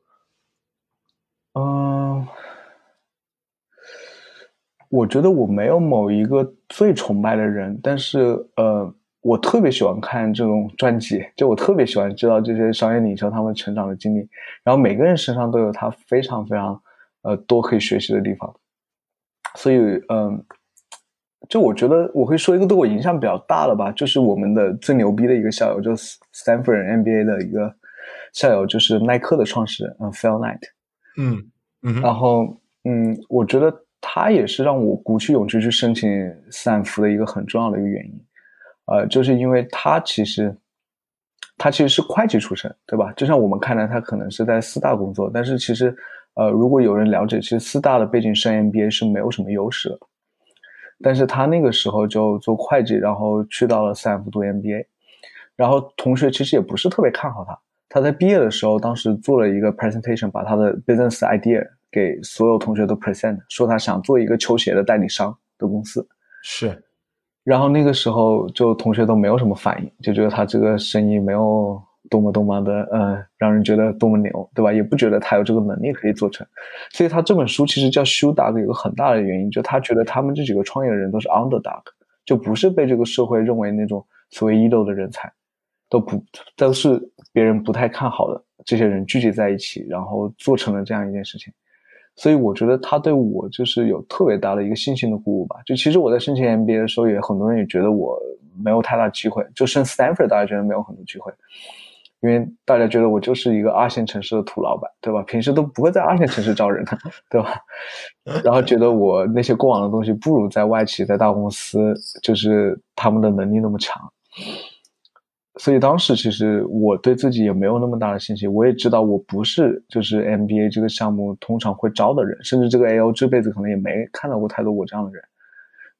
嗯，我觉得我没有某一个最崇拜的人，但是呃。我特别喜欢看这种传记，就我特别喜欢知道这些商业领袖他们成长的经历，然后每个人身上都有他非常非常呃多可以学习的地方，所以嗯、呃，就我觉得我会说一个对我影响比较大的吧，就是我们的最牛逼的一个校友，就是 Stanford M B A 的一个校友，就是耐克的创始人，嗯 ，Phil Knight， 嗯嗯， 然后嗯，我觉得他也是让我鼓起勇气去申请斯坦福的一个很重要的一个原因。呃，就是因为他其实，他其实是会计出身，对吧？就像我们看来，他可能是在四大工作，但是其实，呃，如果有人了解，其实四大的背景升 M B A 是没有什么优势的。但是他那个时候就做会计，然后去到了斯坦福读 M B A， 然后同学其实也不是特别看好他。他在毕业的时候，当时做了一个 presentation， 把他的 business idea 给所有同学都 present， 说他想做一个球鞋的代理商的公司。 是。 然后那个时候就同学都没有什么反应，就觉得他这个生意没有多么多么的呃让人觉得多么牛，对吧？也不觉得他有这个能力可以做成。所以他这本书其实叫 Shoe Dog 有个很大的原因，就他觉得他们这几个创业的人都是 underdog， 就不是被这个社会认为那种所谓一流的人才，都不都是别人不太看好的这些人聚集在一起，然后做成了这样一件事情。所以我觉得他对我就是有特别大的一个信心的鼓舞吧。就其实我在申请 M B A 的时候，也很多人也觉得我没有太大机会，就升 Stanford 大家觉得没有很多机会，因为大家觉得我就是一个二线城市的土老板，对吧？平时都不会在二线城市招人的，对吧？然后觉得我那些过往的东西不如在外企在大公司，就是他们的能力那么强。所以当时其实我对自己也没有那么大的信心，我也知道我不是就是 M B A 这个项目通常会招的人，甚至这个 A O 这辈子可能也没看到过太多我这样的人。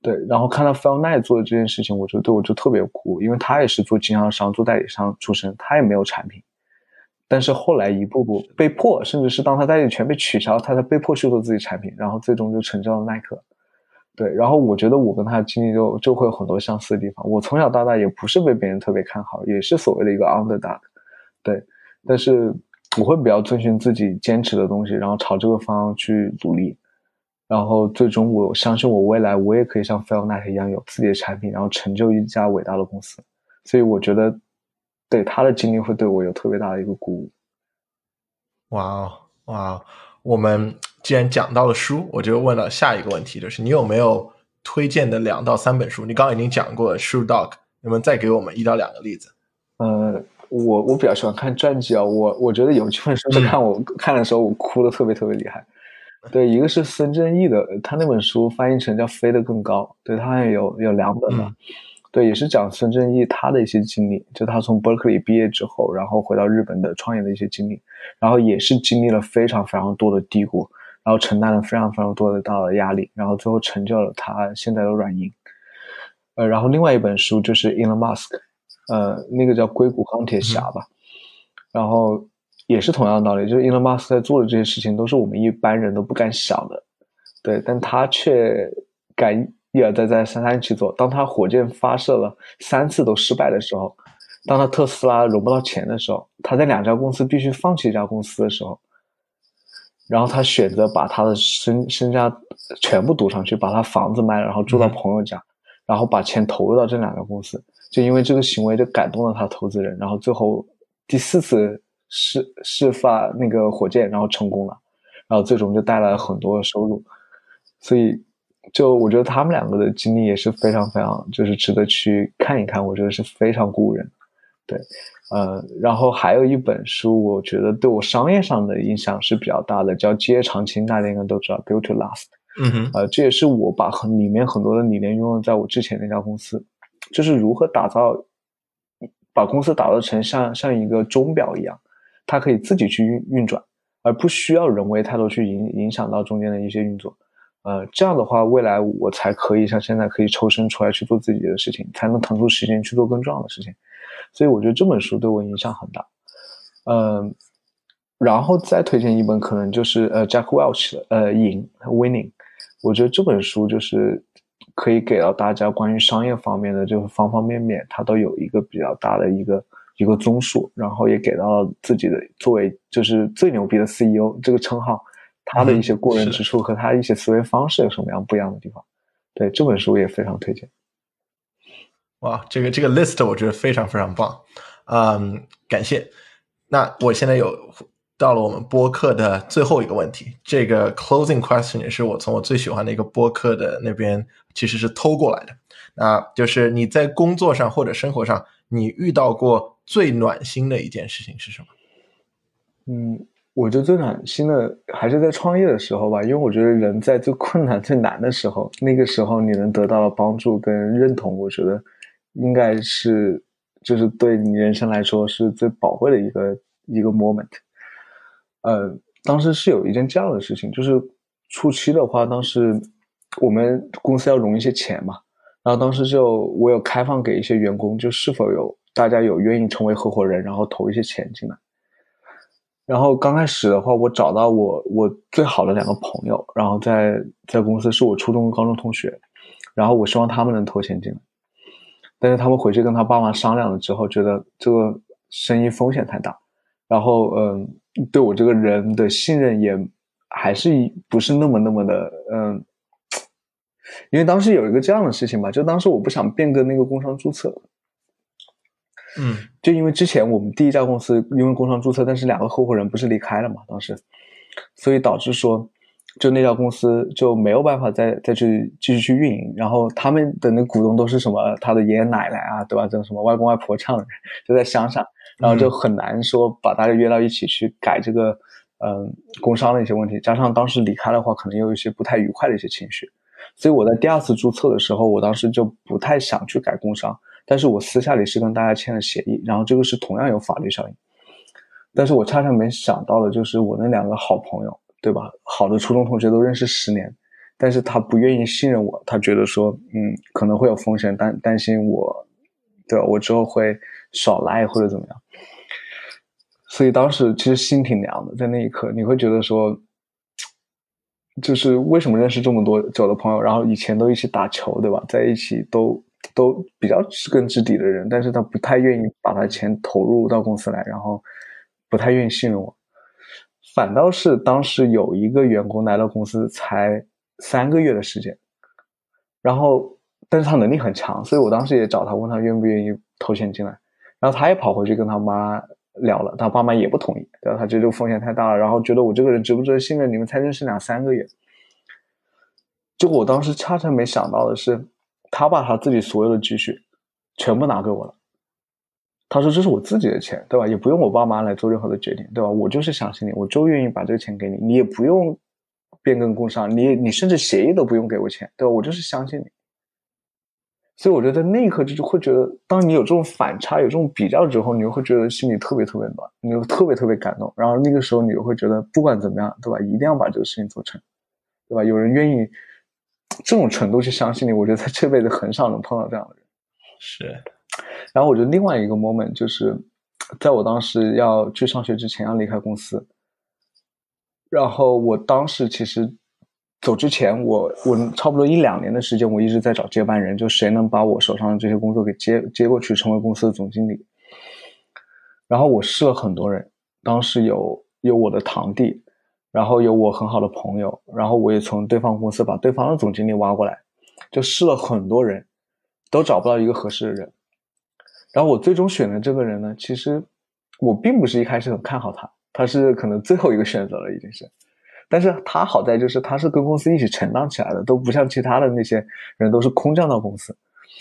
对，然后看到 Phil Knight 做的这件事情，我就对我就特别酷，因为他也是做经销商、做代理商出身，他也没有产品，但是后来一步步被迫，甚至是当他代理权被取消，他才被迫去做自己产品，然后最终就成就了耐克。对，然后我觉得我跟他的经历就就会有很多相似的地方。我从小到大也不是被别人特别看好，也是所谓的一个 underdog， 对，但是我会比较遵循自己坚持的东西，然后朝这个方向去努力。然后最终我相信我未来我也可以像 Phil Knight 一样有自己的产品，然后成就一家伟大的公司。所以我觉得对他的经历会对我有特别大的一个鼓舞。 哇哦哇哦，我们既然讲到了书，我就问了下一个问题，就是你有没有推荐的两到三本书？你刚刚已经讲过了 Shoe Dog， 能不能再给我们一到两个例子？ 呃，我我比较喜欢看传记啊，我我觉得有几本书是看我、嗯、看的时候我哭的特别特别厉害。对，一个是孙正义的，他那本书翻译成叫《飞得更高》，对，他也有有两本嘛、嗯。对，也是讲孙正义他的一些经历，就他从 Berkeley 毕业之后，然后回到日本的创业的一些经历，然后也是经历了非常非常多的低谷，然后承担了非常非常多的大的压力，然后最后成就了他现在的软银。呃，然后另外一本书就是 Elon Musk， 呃，那个叫硅谷钢铁侠吧，嗯、然后也是同样的道理，就是 Elon Musk 在做的这些事情都是我们一般人都不敢想的，对，但他却敢一而再再三三去做。当他火箭发射了三次都失败的时候，当他特斯拉融不到钱的时候，他在两家公司必须放弃一家公司的时候，然后他选择把他的身身家全部赌上去，把他房子卖了，然后住到朋友家、嗯、然后把钱投入到这两个公司，就因为这个行为就感动了他投资人，然后最后第四次试试发那个火箭然后成功了，然后最终就带来了很多的收入。所以就我觉得他们两个的经历也是非常非常就是值得去看一看，我觉得是非常鼓舞人。对，呃，然后还有一本书我觉得对我商业上的影响是比较大的，叫《基业长青》，大家应该都知道 Build to Last。 嗯哼， 呃，这也是我把很里面很多的理念用在我之前那家公司，就是如何打造把公司打造成像像一个钟表一样，它可以自己去运运转，而不需要人为太多去影影响到中间的一些运作。呃，这样的话未来我才可以像现在可以抽身出来去做自己的事情，才能腾出时间去做更重要的事情。所以我觉得这本书对我影响很大。呃，然后再推荐一本可能就是呃 Jack Welch 的呃赢 Winning， 我觉得这本书就是可以给到大家关于商业方面的就是方方面面它都有一个比较大的一个一个综述，然后也给到了自己的作为就是最牛逼的 C E O 这个称号他的一些过人之处和他一些思维方式有什么样不一样的地方。对，这本书也非常推荐。 哇，这个这个 list 我觉得非常非常棒，嗯，感谢。那我现在有到了我们播客的最后一个问题，这个 closing question 也是我从我最喜欢的一个播客的那边其实是偷过来的，那就是你在工作上或者生活上你遇到过最暖心的一件事情是什么？ 嗯，我觉得最暖心的还是在创业的时候吧，因为我觉得人在最困难最难的时候，那个时候你能得到的帮助跟认同，我觉得应该是就是对你人生来说是最宝贵的一个一个 moment。 呃，当时是有一件这样的事情，就是初期的话，当时我们公司要融一些钱嘛，然后当时就我有开放给一些员工，就是否有大家有愿意成为合伙人，然后投一些钱进来。然后刚开始的话，我找到我我最好的两个朋友，然后在在公司是我初中高中同学，然后我希望他们能投钱进来，但是他们回去跟他爸妈商量了之后，觉得这个生意风险太大，然后嗯，对我这个人的信任也还是不是那么那么的嗯，因为当时有一个这样的事情吧，就当时我不想变更那个工商注册。 嗯， 就因为之前我们第一家公司因为工商注册，但是两个合伙人不是离开了嘛，当时，所以导致说，就那家公司就没有办法再再去继续去运营，然后他们的那股东都是什么他的爷爷奶奶啊，对吧？这种什么外公外婆这样的人就在乡下，然后就很难说把大家约到一起去改这个嗯、呃、工商的一些问题，加上当时离开的话，可能有一些不太愉快的一些情绪，所以我在第二次注册的时候，我当时就不太想去改工商。但是我私下里是跟大家签了协议，然后这个是同样有法律效应。但是我恰恰没想到的就是我那两个好朋友，对吧？好的初中同学都认识十年， 但是他不愿意信任我，他觉得说嗯可能会有风险，担担心我对吧，我之后会少来或者怎么样。所以当时其实心挺凉的，在那一刻你会觉得说就是为什么认识这么多久的朋友，然后以前都一起打球对吧，在一起都都比较知根知底的人，但是他不太愿意把他钱投入到公司来，然后不太愿意信任我。反倒是当时有一个员工来到公司才三个月的时间，然后但是他能力很强，所以我当时也找他问他愿不愿意投钱进来，然后他也跑回去跟他妈聊了，他爸妈也不同意，对吧？他觉得这个风险太大了，然后觉得我这个人值不值得信任，你们才认识两三个月。结果我当时恰恰没想到的是，他把他自己所有的积蓄全部拿给我了。他说这是我自己的钱，对吧？也不用我爸妈来做任何的决定，对吧？我就是相信你，我就愿意把这个钱给你，你也不用变更工商，你你甚至协议都不用给我钱，对吧？我就是相信你。所以我觉得在那一刻就会觉得，当你有这种反差，有这种比较之后，你就会觉得心里特别特别暖，你就特别特别感动。然后那个时候你就会觉得，不管怎么样，对吧？一定要把这个事情做成，对吧？有人愿意这种程度去相信你，我觉得在这辈子很少能碰到这样的人。 是。 然后我觉得另外一个 moment 就是在我当时要去上学之前要离开公司，然后我当时其实走之前我我差不多一两年的时间我一直在找接班人，就谁能把我手上的这些工作给接接过去成为公司的总经理。然后我试了很多人，当时有有我的堂弟，然后有我很好的朋友，然后我也从对方公司把对方的总经理挖过来，就试了很多人都找不到一个合适的人。然后我最终选的这个人呢，其实我并不是一开始很看好他，他是可能最后一个选择了已经是，但是他好在就是他是跟公司一起成长起来的，都不像其他的那些人都是空降到公司。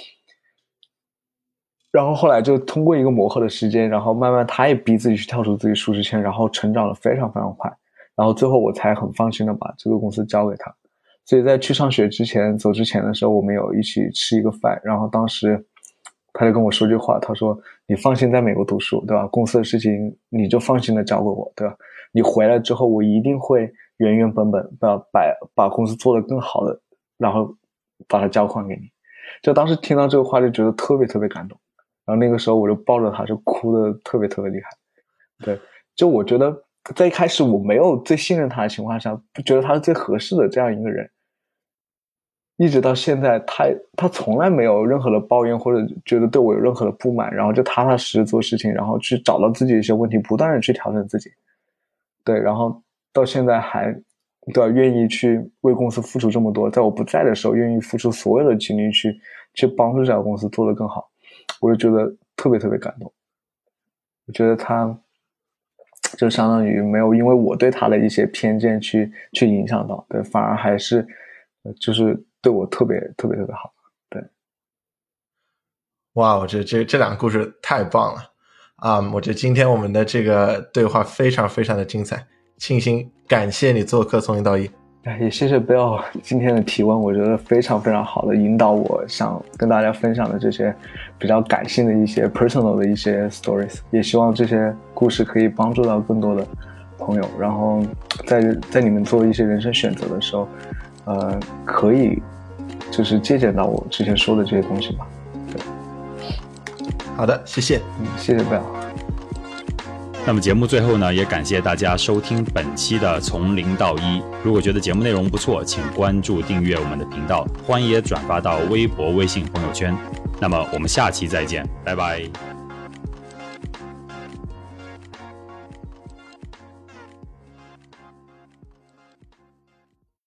然后后来就通过一个磨合的时间，然后慢慢他也逼自己去跳出自己舒适圈，然后成长了非常非常快，然后最后我才很放心的把这个公司交给他。所以在去上学之前走之前的时候，我们有一起吃一个饭，然后当时他就跟我说句话，他说你放心在美国读书，对吧？公司的事情你就放心的交给我，对吧？你回来之后我一定会原原本本把把把公司做得更好的，然后把它交还给你。就当时听到这个话就觉得特别特别感动，然后那个时候我就抱着他就哭得特别特别厉害。对，就我觉得在一开始我没有最信任他的情况下，不觉得他是最合适的这样一个人，一直到现在他他从来没有任何的抱怨或者觉得对我有任何的不满，然后就踏踏实实做事情，然后去找到自己的一些问题，不断的去调整自己。对，然后到现在还对吧，愿意去为公司付出这么多，在我不在的时候愿意付出所有的精力去去帮助这家公司做得更好，我就觉得特别特别感动。我觉得他就相当于没有因为我对他的一些偏见去去影响到，对，反而还是就是对我特别特别特别好。对， 哇，我觉得这这两个故事太棒了啊、um, 我觉得今天我们的这个对话非常非常的精彩，庆幸感谢你做客从零到一。 也谢谢 Bill 今天的提问，我觉得非常非常好的引导我想跟大家分享的这些比较感性的一些 personal 的一些 stories， 也希望这些故事可以帮助到更多的朋友，然后在在你们做一些人生选择的时候呃，可以就是借鉴到我之前说的这些东西吧。对， 好的，谢谢。 嗯，谢谢 Bill。 那么节目最后呢，也感谢大家收听本期的从零到一。如果觉得节目内容不错，请关注订阅我们的频道，欢迎也转发到微博、微信朋友圈。那么我们下期再见，拜拜。